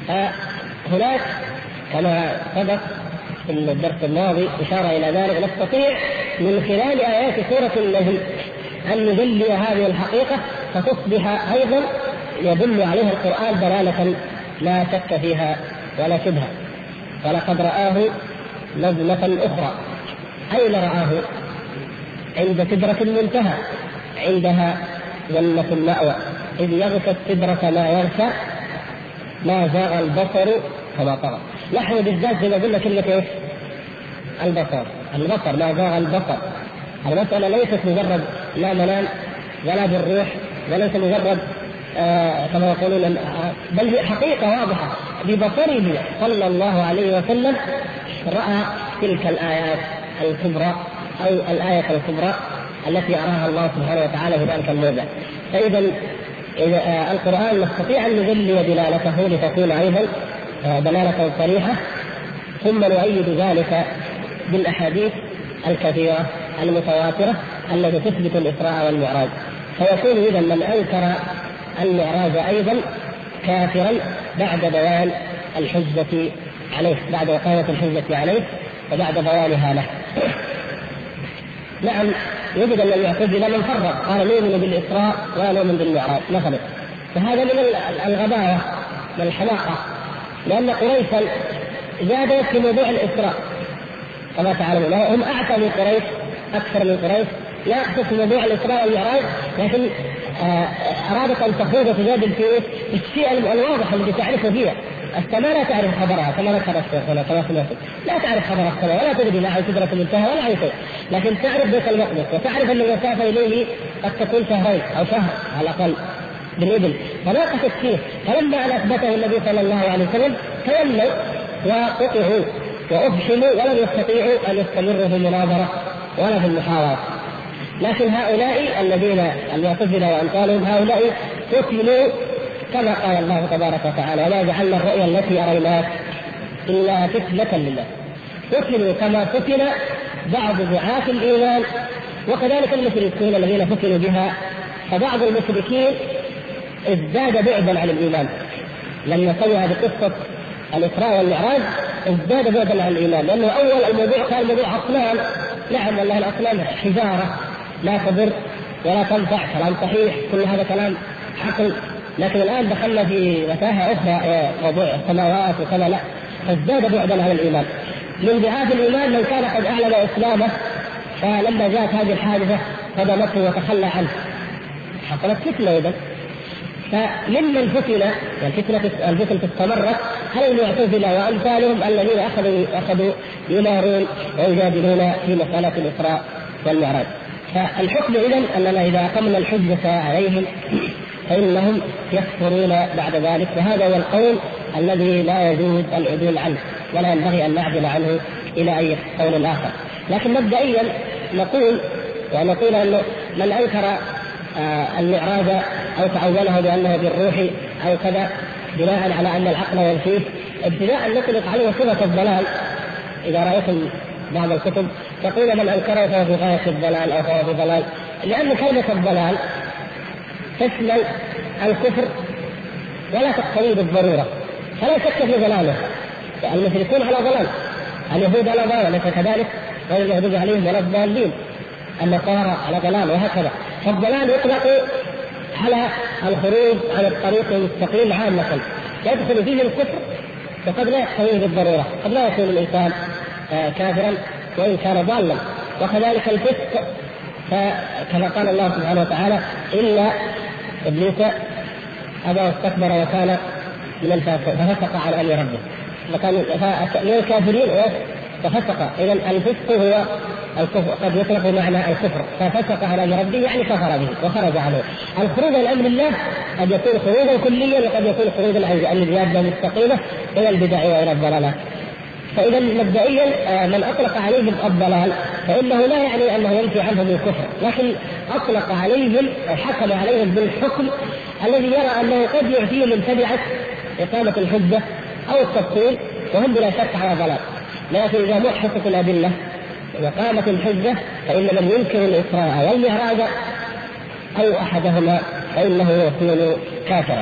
هناك كما سبق في الدرس الماضي إشارة إلى ذلك، نستطيع من خلال آيات سورة النجم أن نجلي هذه الحقيقة فتصبح أيضا يدل عليها القرآن دلالة لا شك فيها ولا شبهة. ولقد رآه نزلة أخرى. أين رآه؟ عند سدرة المنتهى، عندها جنة المأوى، إذ يغشى السدرة ما يغشى ما زاغ البصر فما طغى. نحن بالذات زي ما قلنا كلمة ايش؟ البصر، البصر ما زاغ البصر. المسألة ليست مجرد لا منام ولا بالروح وليس مجرد آه كما يقولون، بل هي حقيقة واضحة ببصره صلى الله عليه وسلم رأى تلك الآيات الكبرى أو الآية الكبرى التي أراها الله سبحانه وتعالى في ذلك الموضع. فإذا إذا القرآن نستطيع أن نجلي دلالته لتكون أيضا دلالة صريحة، ثم نؤيد ذلك بالأحاديث الكثيرة المتواترة التي تثبت الإسراء والمعراج. فيكون إذا من أنكر المعراج أيضا كافرا بعد بيان الحجة عليه، بعد إقامة الحجة عليه وبعد بيانها له. نعم، يجب أن المعتزلة من فرق، قال نؤمن بالإسراء ولا نؤمن بالمعراج مثلا، فهذا من الغباوة والحماقة، لأن قريشا زادت في موضوع الإسراء كما تعلمون. هم أعتى من قريش أكثر من قريش، لا يخص موضوع الإسراء والمعراج، لكن أرادت أن تخوض وتجادل في الشيء الواضح الذي تعرف فيها. السماء لا تعرف خبرها كما ذكر الشيخ ولا كما سمعت، لا تعرف خبر السماء ولا تدري لا عن سدرة المنتهى ولا عن شيء، لكن تعرف بيت المقدس وتعرف أن المسافة إليه قد تكون شهرين أو شهر على الأقل بالإبل، فناقشت فيه. فلما أن أثبته النبي صلى الله عليه وسلم تولوا وقطعوا وأفشلوا ولم يستطيعوا أن يستمروا في المناظرة ولا في المحاورة. لكن هؤلاء الذين المعتزلة وأمثالهم هؤلاء قتلوا كما قال الله تبارك وتعالى: وما جعلنا الرؤيا التي أريناك إلا فتنة لله. قتلوا كما فتن بعض دعاة الإيمان وكذلك المشركين الذين فتنوا بها. فبعض المشركين ازداد بعدا عن الإيمان لما سوى هذه قصة الإسراء والمعراج، ازداد بعدا عن الإيمان، لأنه أول الموضوع كان موضوع أصنام. نعم والله الأصنام حجارة لا تضر ولا تنفع، كلام صحيح، كل هذا كلام حقل. لكن الآن دخلنا في متاهة أخرى، موضوع السماوات وكذا، لا، فازداد بعدا عن الإيمان. من دعاة الإيمان من كان قد أعلن إسلامه، فلما جاءت هذه الحادثة صدمته وتخلى عنه، حصلت فتنة إذن. فممن فتن يعني فتنة الفتنة استمرت هل المعتزلة وأمثالهم الذين أخذوا أخذوا ينارون ويجادلون في مسألة الإسراء والمعراج. فالحكم إذن أننا إذا أقمنا الحجة عليهم فإنهم يكفرون بعد ذلك، وهذا هو القول الذي لا يجوز العدول عنه ولا ينبغي أن نعدل عنه إلى أي قول آخر. لكن مبدئيا نقول ونقول أن من أنكر المعراج أو تعوله بأنه بالروح أو كذا بناء على أن العقل ينفيه، ابتداء نطلق عليه صفة الضلال. إذا رأيتم بعض الكتب تقول من أنكره فهو في غاية الضلال أو فهو في ضلال، لأن كلمة الضلال تشمل الكفر ولا تقتضي بالضرورة، فلا شك في ضلاله. المشركون على ضلال، اليهود على ضلال، ليس كذلك؟ ولا يهدد عليهم ولا الضالين، النصارى على ضلال، وهكذا. فالضلال يطلق على الخروج عن الطريق المستقيم عامة، يدخل فيه الكفر وقد لا يقتضيه بالضرورة، قد لا يكون الإنسان كافرا وإن كان ضالا. وكذلك الفسق، فكما قال الله سبحانه وتعالى: إلا إبليس أبى واستكبر وكان من الفاسقين ففسق عن أمر ربه، وكان من الكافرين ففسق. إذا الفسق هو الكفر، قد يطلق معنى الكفر، ففسق عن أمر ربه يعني كفر به وخرج عنه. الخروج عن أمر الله قد يكون خروجا كليا وقد يكون خروجا عن الجادة المستقيمة إلى البدع وإلى الضلالات. فإذا مبدئيا من أطلق عليهم الضلال فإنه لا يعني أنه ينفي عنهم الكفر، لكن أطلق عليهم وحكم عليهم بالحكم الذي يرى أنه قد يعطيه من تبعة إقامة الحجة أو التفصيل، وهم بلا شك على ضلال. لكن إذا محقت الأدلة وقامت الحجة فإن من ينكر الإسراء والمعراج أو أحدهما فإنه يكون كافرا.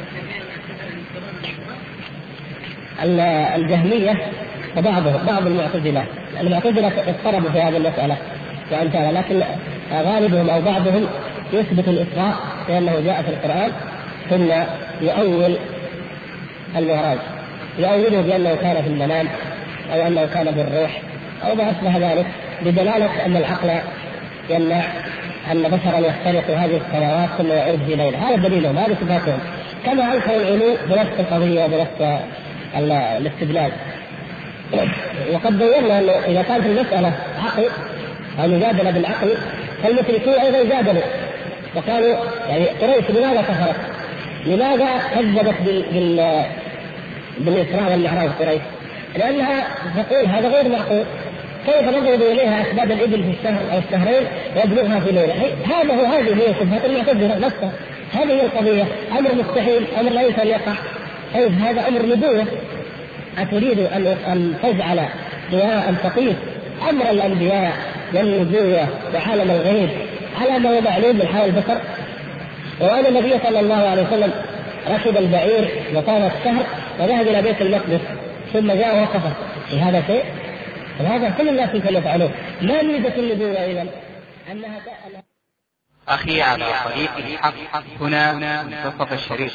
الجهمية وبعضهم بعض المعتزلة المعتزلة اضطربوا في هذه المسألة وأمثالها، لكن غالبهم أو بعضهم يثبت الإسراء لأنه جاء في القرآن، ثم يؤول المعراج يؤوله بأنه كان في المنام أو أنه كان بالروح أو ما أشبه ذلك، بدلالة أن العقل يمنع أن بشرا يخترق هذه السماوات ثم يعود إليها. هذا دليلهم، هذا صفاتهم، كما أنكروا العلو بنفس القضية وبنفس الاستدلال. وقد بينا أنه إذا كانت المسألة عقل أو مجادلة بالعقل فالمشركون أيضا جادلوا وقالوا يعني قريش لماذا كفرت؟ لماذا كذبت بال بالإسراء والمعراج قريش؟ لأنها تقول هذا غير معقول، كيف نضرب إليها أسباب الإبل في الشهر أو الشهرين ويبلغها في ليلة؟ هذا هو هذه هي صفات المعتزلة نفسها، هذه هي القضية، أمر مستحيل، أمر لا يمكن أن يقع. طيب هذا أمر نبوة، أتريد أن تجعل أن تقيس أمر الأنبياء والنبوة وعالم الغيب على ما هو معلوم من حال البشر؟ وأن النبي صلى الله عليه وسلم ركب البعير وطاف الشهر وذهب إلى بيت المقدس ثم جاء وقف، في هذا شيء؟ هذا كل الناس يمكن يفعلوه. ما ميزة النبوة إذن؟ أنها أخي على طريق الحق هنا منتصف الشريف.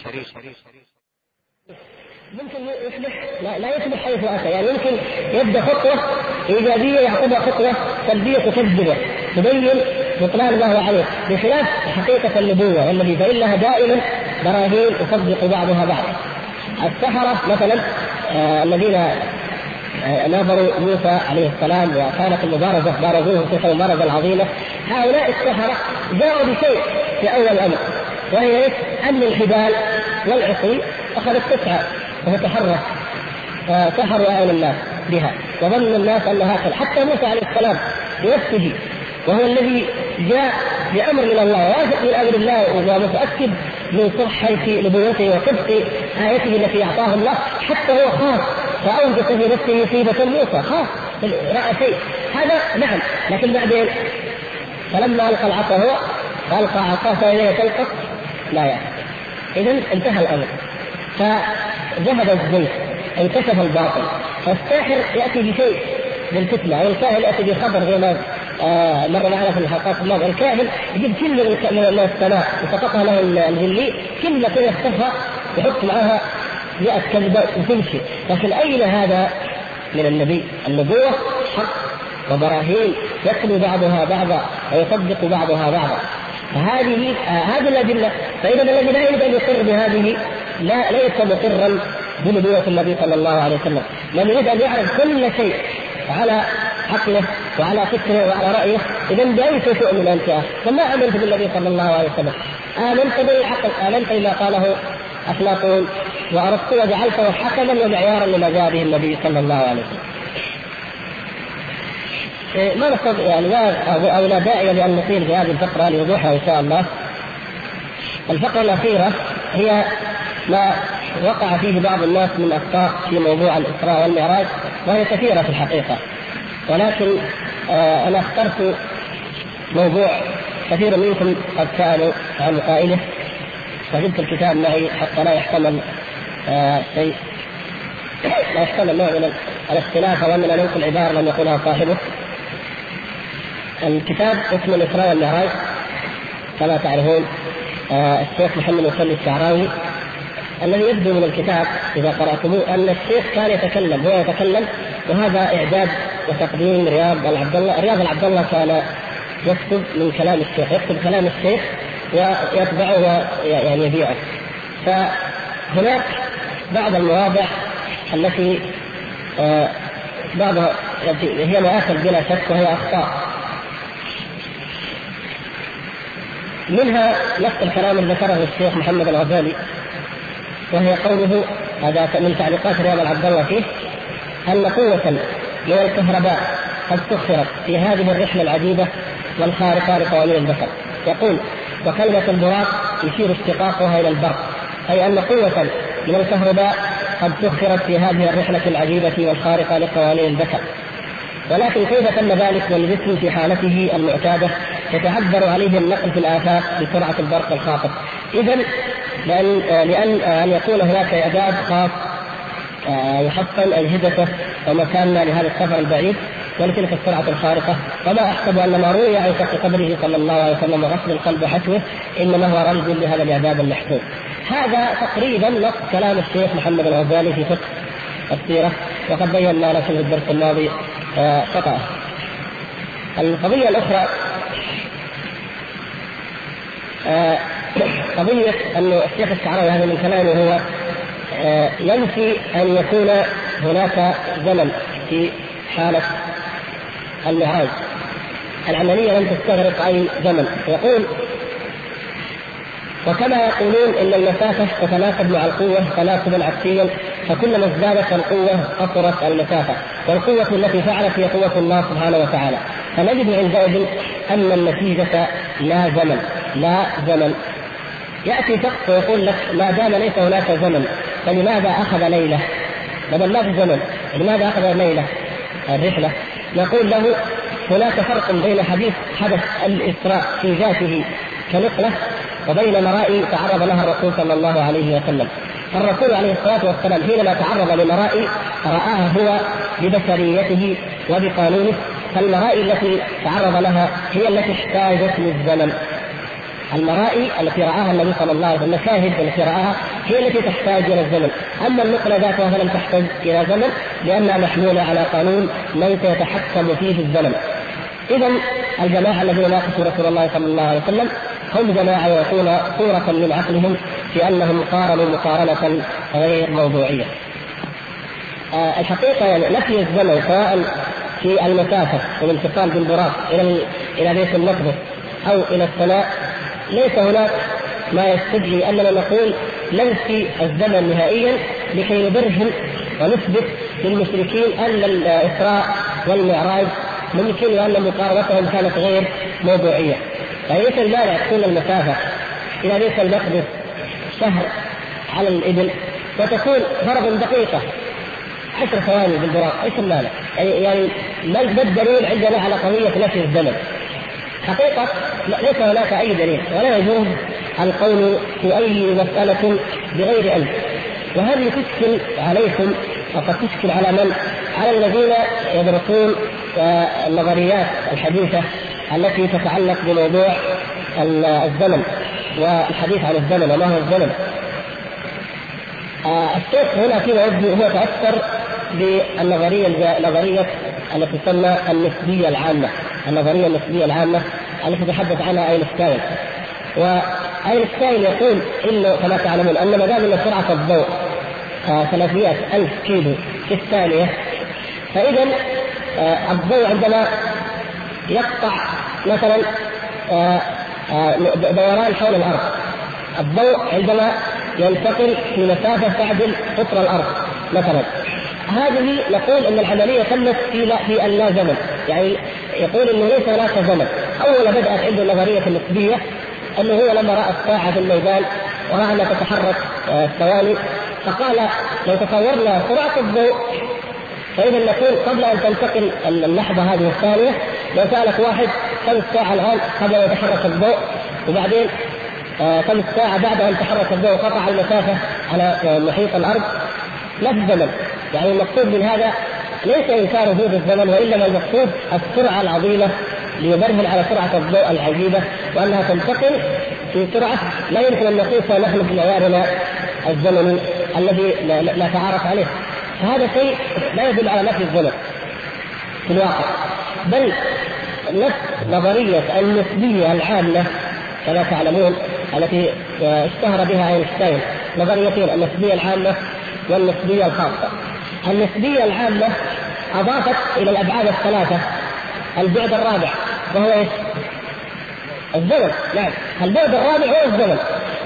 ممكن يصبح لا, لا يصبح حيث أتى، يعني يمكن يبدأ خطوة إيجابية يعقبها خطوة سلبية تكذبه تبين بطلان الله عليه، بخلاف حقيقة النبوة والنبي فإنها دائما براهين تصدق بعضها بعض. السحرة مثلا آه الذين آه ناظروا موسى عليه السلام وكانت المبارزة بارزوه تلك المبارزة العظيمة، هؤلاء السحرة جاءوا بشيء في أول الأمر، وهي أن الحبال والعصي أخذت تسعى وتتحرك، سحروا أعين الناس بها وظن الناس أنها هكذا. حتى موسى عليه السلام بنفسه وهو الذي جاء بأمر من الله وواثق من أمر الله ومتأكد من صحة نبوته وصدق آيته التي أعطاه الله، حتى هو خاف فأوجس في نفسه مصيبة موسى، خاف رأى شيء هذا نعم. لكن بعدين فلما ألقى العصا هو ألقى عصاه فإذا تلقف لا يعني. إذن انتهى الأمر، فذهب الزيت انكشف الباطل. فالساحر يأتي بشيء للفتنة، والكاهن يأتي بخبر زي ما آه مرة معنا في الحلقات الماضية. الكاهن يجيب كلمة من السماء وسقطها له الجلي، كلمة كذا اختفى يحط معها مئة كذبة وتمشي. لكن أين هذا من النبي؟ النبوة حق وبراهين يتلو بعضها بعضا ويصدق بعضها بعضا. فهذه آه هذه الأدلة. فإذا الذي لا يريد أن يقر بهذه لا ليس مقرا بنبوة النبي صلى الله عليه وسلم. من يريد أن يعرف كل شيء على عقله وعلى فكره وعلى رأيه، إذا بأي شيء تؤمن أنت؟ فما آمنت بالنبي صلى الله عليه وسلم، آمنت بالعقل، آمنت بما قاله أفلاطون وأرسطو وجعلته حكما ومعيارا لما جاء به النبي صلى الله عليه وسلم. ما نستطيع يعني أو لا داعي لأن نطيل في هذه الفقرة لوضوحها إن شاء الله. الفقرة الأخيرة هي ما وقع فيه بعض الناس من أخطاء في موضوع الإسراء والمعراج، وهي كثيرة في الحقيقة، ولكن آه أنا اخترت موضوع كثير منكم قد سألوا عن قائله، فجبت الكتاب معي حتى لا يحتمل آه شيء لا يحتمل نوع من الاختلاف أو أن ننقل عبارة لم يقولها صاحبه. الكتاب اسمه الإسراء والمعراج كما تعرفون، آه الشيخ محمد وسلم الشعراوي. الذي يبدو من الكتاب إذا قرأتموه أن الشيخ كان يتكلم، هو يتكلم، وهذا إعداد وتقديم رياض العبد الله. رياض العبد الله كان يكتب من كلام الشيخ، يكتب كلام الشيخ ويتبعه يعني يبيعه. فهناك بعض المواضع التي آه بعضها هي مآخذ بلا شك وهي أخطاء، منها نفس الكلام الذي ذكره الشيخ محمد الغزالي، وهي قوله هذا من تعليقات رياض العبد الله فيه أن قوة من الكهرباء قد سخرت في هذه الرحلة العجيبة والخارقة لقوانين البشر. يقول وكلمة البراق يشير اشتقاقها إلى البرق، أي أن قوة من الكهرباء قد سخرت في هذه الرحلة العجيبة والخارقة لقوانين البشر. ولكن كيف تم ذلك والجسم في حالته المعتادة يتعذر عليه النقل في الآفاق بسرعة البرق الخاطف؟ إذن لأن, لأن أن يكون هناك إعداد خاص يحصل أجهزته ومكاننا لهذا السفر البعيد ولتلك السرعة الخارقة. وما أحسب أن ما روي عن شق قبره صلى الله عليه وسلم وغسل القلب حشوه إنما هو رمز لهذا الإعداد المحسوب. هذا تقريبا نص كلام الشيخ محمد الغزالي في فقه السيرة، وقد بينا لكم في الدرس الماضي خطأ. القضية الأخرى قضية أن الشيخ الشعراوي هذا من كلامه هو ينفي أن يكون هناك زمن في حالة المعراج. العملية لم تستغرق أي زمن. يقول وكما يقولون إن المسافة تتناسب مع القوة تناسبا عكسيا، فكلما ازدادت القوة قصرت المسافة، والقوة التي فعلت هي قوة الله سبحانه وتعالى. فنجد عندئذ أن النتيجة لا زمن لا زمن. يأتي شخص ويقول لك ما دام ليس هناك زمن فلماذا أخذ ليلة؟ بدل ما في زمن لماذا أخذ ليلة الرحلة؟ نقول له هناك فرق بين حديث حدث الإسراء في ذاته كنقلة وبين مرائي تعرض لها الرسول صلى الله عليه وسلم. الرسول عليه الصلاة والسلام حينما تعرض لمرائي رآها هو ببشريته وبقانونه، فالمرائي التي تعرض لها هي التي احتاجت للزمن. المرائي التي رآها النبي صلى الله عليه وسلم، المشاهد التي رآها هي التي تحتاج إلى الزمن. أما النقلة ذاتها فلم تحتاج إلى زمن لأنها محمولة على قانون ليس يتحكم فيه الزمن. إذن الجماعة الذين ناقشوا رسول الله صلى الله عليه وسلم هم جماعة يعطون صورة من عقلهم في أنهم قارنوا مقارنة غير موضوعية. الحقيقة نفي الزمن سواء في المسافة والانتقال بالبراق إلى إلى بيت المقدس أو إلى السماء ليس هناك ما يستدعي أننا نقول ننفي الزمن نهائيا لكي نبرهن ونثبت للمشركين أن الإسراء والمعراج ممكن وأن مقاربتهم كانت غير موضوعية. فليس المانع تكون المسافة إلى بيت المقدس شهر على الإبل وتكون فرضا دقيقة عشر ثواني بالبراق، ايش المانع؟ يعني يعني ما الدليل عندنا على قضية نفي الزمن؟ حقيقة ليس هناك أي دليل، ولا يجوز القول في أي مسألة بغير علم. وهذه تشكل عليكم وقد تشكل على من؟ على الذين يدرسون النظريات الحديثة التي تتعلق بموضوع الزمن والحديث عن الزمن وما هو الزمن. الشيخ هنا فيما يبدو هو تأثر بالنظرية النظرية التي تسمى النسبية العامة، النظرية النسبية العامة التي تتحدث عنها أينشتاين. وأينشتاين يقول إنه كما تعلمون أن ما دام أن سرعة الضوء ثلاثمائة ألف كيلو في الثانية، فإذا الضوء عندما يقطع مثلا دوران حول الأرض، الضوء عندما ينتقل في مسافة تعدل قطر الأرض مثلا، هذه نقول أن العملية تمت في في اللا زمن. يعني يقول أنه ليس هناك زمن. أول بدأت عنده النظرية النسبية أنه هو لما رأى الساعة في الميدان ورأى أنها تتحرك ثواني فقال لو تصورنا سرعة الضوء فإذا نقول قبل أن تنتقل اللحظة هذه الثانية، لو سألك واحد كم الساعة الآن قبل أن يتحرك الضوء، وبعدين آه كم الساعة بعد أن تحرك الضوء وقطع المسافة على آه محيط الأرض، نفس الزمن. يعني المقصود من هذا ليس إنكار وجود الزمن، وإنما المقصود السرعة العظيمة ليبرهن على سرعة الضوء العجيبة وأنها تنتقل في سرعة لا يمكن أن نقيسها نحن بمعيارنا الزمني الذي لا تعارف عليه. فهذا شيء لا يدل على نفي الزمن في الواقع، بل نفس نظرية النسبية العامة كما تعلمون التي اشتهر بها أينشتاين، نظريتين: النسبية العامة والنسبية الخاصة. النسبية العامة أضافت إلى الأبعاد الثلاثة البعد الرابع وهو إيش؟ الزمن. نعم، البعد الرابع هو الزمن.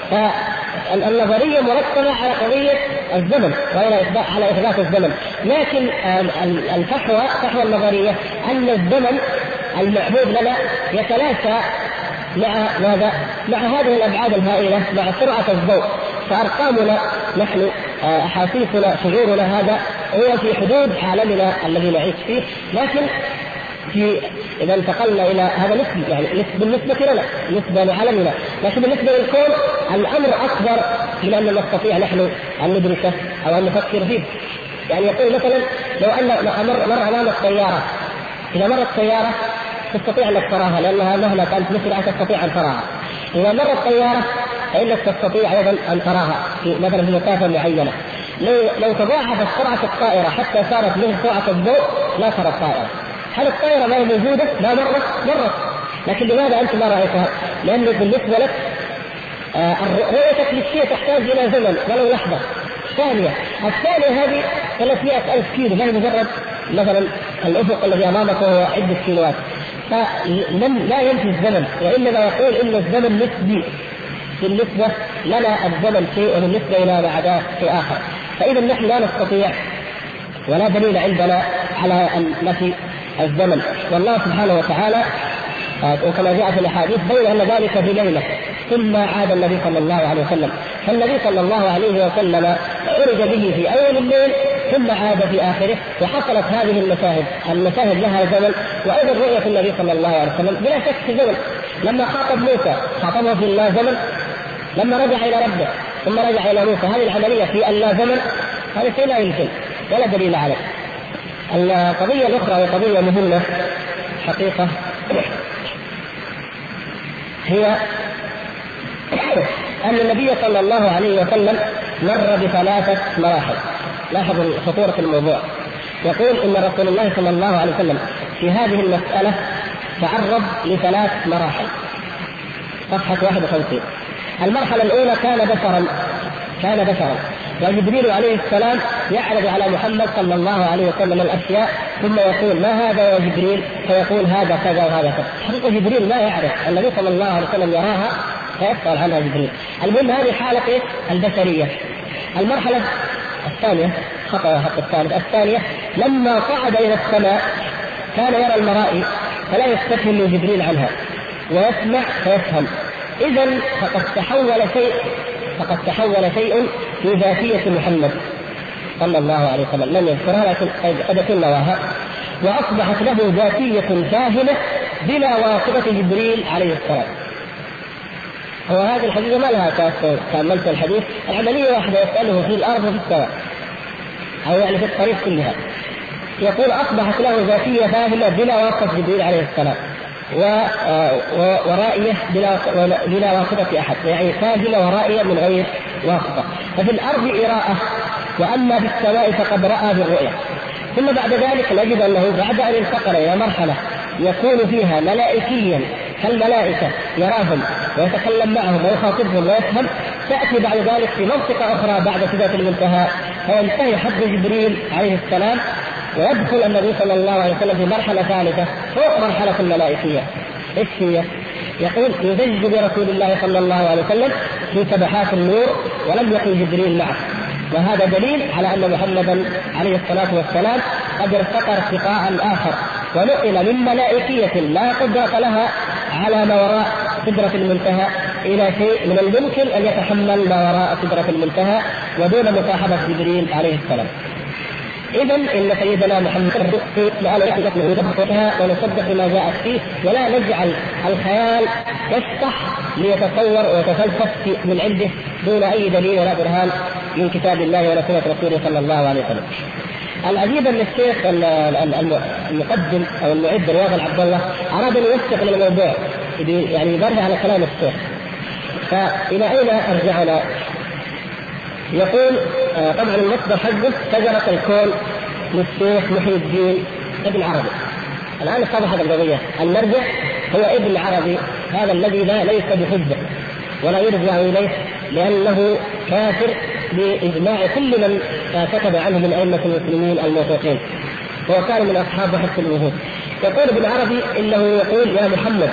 فالنظرية مرتبة على قضية الزمن وعلى إثبات الزمن، لكن الفحوى فحوى النظرية أن الزمن المعهود لنا يتلاشى مع ماذا؟ مع هذه الأبعاد الهائلة، مع سرعة الضوء. فأرقامنا نحن، أحاسيسنا، شعورنا، هذا هو في حدود عالمنا الذي نعيش فيه، لكن في إذا انتقلنا إلى هذا نسبي، يعني بالنسبة لنا، بالنسبة لعالمنا، لكن بالنسبة للكون الأمر أكبر من أن نستطيع نحن أن ندركه أو أن نفكر فيه. يعني يقول مثلا لو أن مر, مر أمام السيارة، إذا مرت سيارة تستطيع أن تراها لأنها مهما كانت مسرعة تستطيع أن تراها. إذا مرت سيارة فإنك تستطيع أيضا أن تراها في مثلا في مسافة معينة. لو, لو تضاعفت سرعة الطائرة حتى صارت مثل سرعة الضوء لا ترى الطائرة. هل الطائرة ما هي موجودة؟ لا، مرت مرت لكن لماذا أنت ما رأيتها؟ لأنه بالنسبة لك آه رؤيتك للشيء تحتاج إلى زمن ولو لحظة ثانية. الثانية هذه ثلاثمائة ألف كيلو، ما هي مجرد مثلا الأفق الذي أمامك وهو عدة كيلوات. فلم لا ينفي الزمن، وإنما يقول إن الزمن نسبي، بالنسبة لنا الزمن شيء وبالنسبة إلى بعد شيء آخر. فإذا نحن لا نستطيع ولا دليل عندنا على نفي الزمن. والله سبحانه وتعالى وكما جاء في الأحاديث بين أن ذلك بليلة ثم عاد النبي صلى الله عليه وسلم. فالنبي صلى الله عليه وسلم عرج به في أول الليل ثم عاد في آخره، وحصلت هذه المشاهد المشاهد لها زمن. وأيضا رؤية النبي صلى الله عليه وسلم بلا شك في زمن. لما خاطب موسى خاطبه في اللا زمن، لما رجع إلى ربه ثم رجع إلى موسى، هذه العملية في اللا زمن، هذا شيء لا يمكن ولا دليل عليه. القضية الأخرى وقضية مهمة حقيقة هي أن النبي صلى الله عليه وسلم مر بثلاثة مراحل. لاحظوا خطورة الموضوع. يقول إن رسول الله صلى الله عليه وسلم في هذه المسألة تعرض لثلاث مراحل. صفحة واحد وخمسين. المرحلة الأولى كان بشرا كان بشرا وجبريل عليه السلام يعرض على محمد صلى الله عليه وسلم الأشياء ثم يقول ما هذا يا جبريل؟ فيقول هذا كذا وهذا كذا. حقيقة جبريل ما يعرف، النبي صلى الله عليه وسلم يراها فيسأل عنها جبريل. المهم هذه حالة إيه؟ البشرية. المرحلة الثانية خطأ الخط الثالث الثانية لما صعد إلى السماء كان يرى المرائي فلا يستفهم من جبريل عنها ويسمع فيفهم. إذن فقد تحول شيء فقد تحول شيء في ذاتية محمد صلى الله عليه وسلم لم يذكرها لكن قد يكون نواها، وأصبحت له ذاتية كاملة بلا واسطة جبريل عليه السلام. وهذه الحديث ما لها كملت الحديث، العملية واحدة يسأله في الأرض وفي السماء أو يعني في الطريق كلها. يقول أصبحت له ذاتية فاهمة بلا واسطة جبريل عليه السلام ورائية بلا بلا واسطة أحد، يعني فاهمة ورائية من غير واسطة. ففي الأرض إراءة، وأما في السماء فقد رأى بالرؤية. ثم بعد ذلك نجد أنه بعد أن انتقل إلى مرحلة يكون فيها ملائكيا كالملائكة يراهم ويتكلم معهم ويخاطبهم ويفهم، تأتي بعد ذلك في منطقة أخرى بعد سدرة المنتهى فينتهي حد جبريل عليه السلام ويدخل النبي صلى الله عليه وسلم في مرحلة ثالثة فوق مرحلة الملائكية. إيش هي؟ يقول يزج برسول الله صلى الله عليه وسلم في سبحات النور ولم يكن جبريل معه، وهذا دليل على أن محمدا عليه الصلاة والسلام قد ارتقى ارتقاء آخر ونقل من ملائكية لا قدرة لها على ما وراء سدرة المنتهى إلى شيء من الممكن أن يتحمل ما وراء سدرة المنتهى ودون مصاحبة جبريل عليه السلام. إذن إن سيدنا محمد لا نحدث له يدبرها ونصدق ما جاءت فيه ولا نجعل الخيال يفتح ليتصور ويتفلسف من عنده دون أي دليل ولا برهان من كتاب الله ولا سنة رسوله صلى الله عليه وسلم. العجيب أن الشيخ المقدم أو المعد رياض العبد الله أراد أن يوثق الموضوع يعني يبرهن على كلام الشيخ. فإلى أين أرجعنا؟ يقول طبعا المصدر حقه شجرة الكون للشيخ محي الدين ابن عربي. الآن اتضحت القضية، المرجع هو ابن عربي، هذا الذي لا ليس بحجة ولا يرجع إليه لأنه كافر بإجماع كل من كتب عنه من أئمة المسلمين الموثوقين، هو كان من أصحاب حق الوجود. يقول ابن عربي إنه يقول يا محمد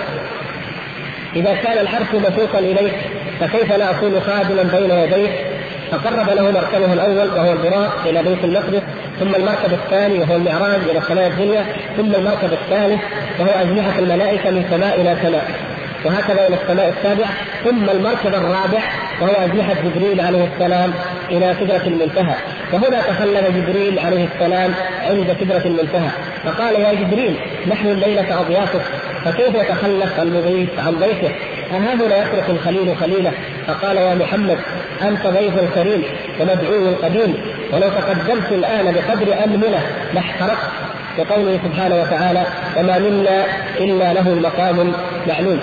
إذا كان العرش مسوقا إليك فكيف لا أكون خادما بين يديك؟ فقرب له مركبه الأول وهو البراق إلى بيت المقدس، ثم المركب الثاني وهو المعراج إلى السماء الدنيا، ثم المركب الثالث وهو أجنحة الملائكة من سماء إلى سماء، وهكذا إلى السماء السابعة، ثم المركب الرابع وهو أجنحة جبريل عليه السلام إلى سدرة المنتهى. وهنا تخلف جبريل عليه السلام عند سدرة المنتهى فقال يا جبريل نحن الليلة أضيافك فكيف يتخلف المضيف عن ضيفه؟ أها هنا يترك الخليل خليله؟ فقال يا محمد أنت ضيف كريم ومدعو قديم، ولو تقدمت الآن بقدر أمنه لاحترقت. وقوله سبحانه وتعالى وما منا إلا له مقام معلوم.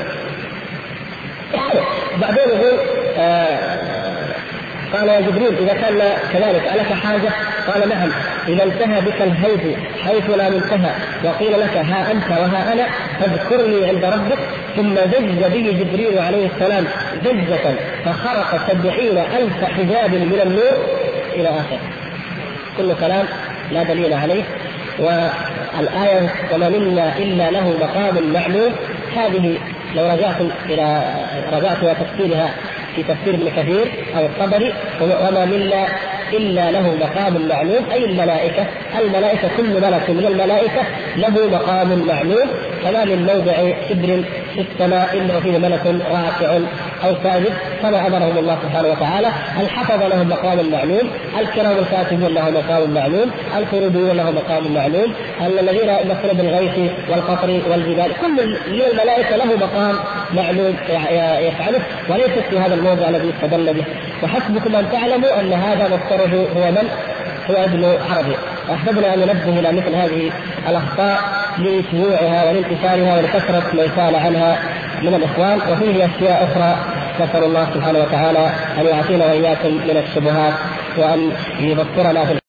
بعدين يقول آه قال يا جبريل إذا كان كذلك ألك حاجة؟ قال نعم، إذا انتهى بك الهيب حيث لا منتهى وقيل لك ها أنت وها أنا فاذكرني عند ربك، ثم زج به جبريل عليه السلام زجة فخرق سبعين ألف حجاب من النور إلى آخر. كل كلام لا دليل عليه. والآية وما منا إلا له مقام معلوم هذه لو رجعتم إلى رجعت إلى تفسيرها في تفسير ابن كثير أو الطبري وما منا إلا له مقام معلوم أي الملائكة، الملائكة كل ملك من الملائكة له مقام معلوم، كما من موضع شبر في السماء إلا فيه ملك راكع أو ساجد كما أمرهم الله سبحانه وتعالى. الحفظ لهم مقام معلوم، الكرام الكاتبون لهم مقام معلوم، الكروبيون لهم مقام معلوم، الذين يمثلون بالغيث والقطر والجبال، كل الملائكة له مقام معلوم يفعله وليس في هذا الموضع الذي استدل به. وحسبكم أن تعلموا أن هذا مصدره هو من؟ هو ابن عربي. أحببنا أن ننبه إلى مثل هذه الأخطاء لشيوعها ولانتشارها ولكثرة ما يسال عنها من الإخوان، وفيه أشياء أخرى نسأل الله سبحانه وتعالى أن يعطينا وإياكم من الشبهات وأن يبصرنا في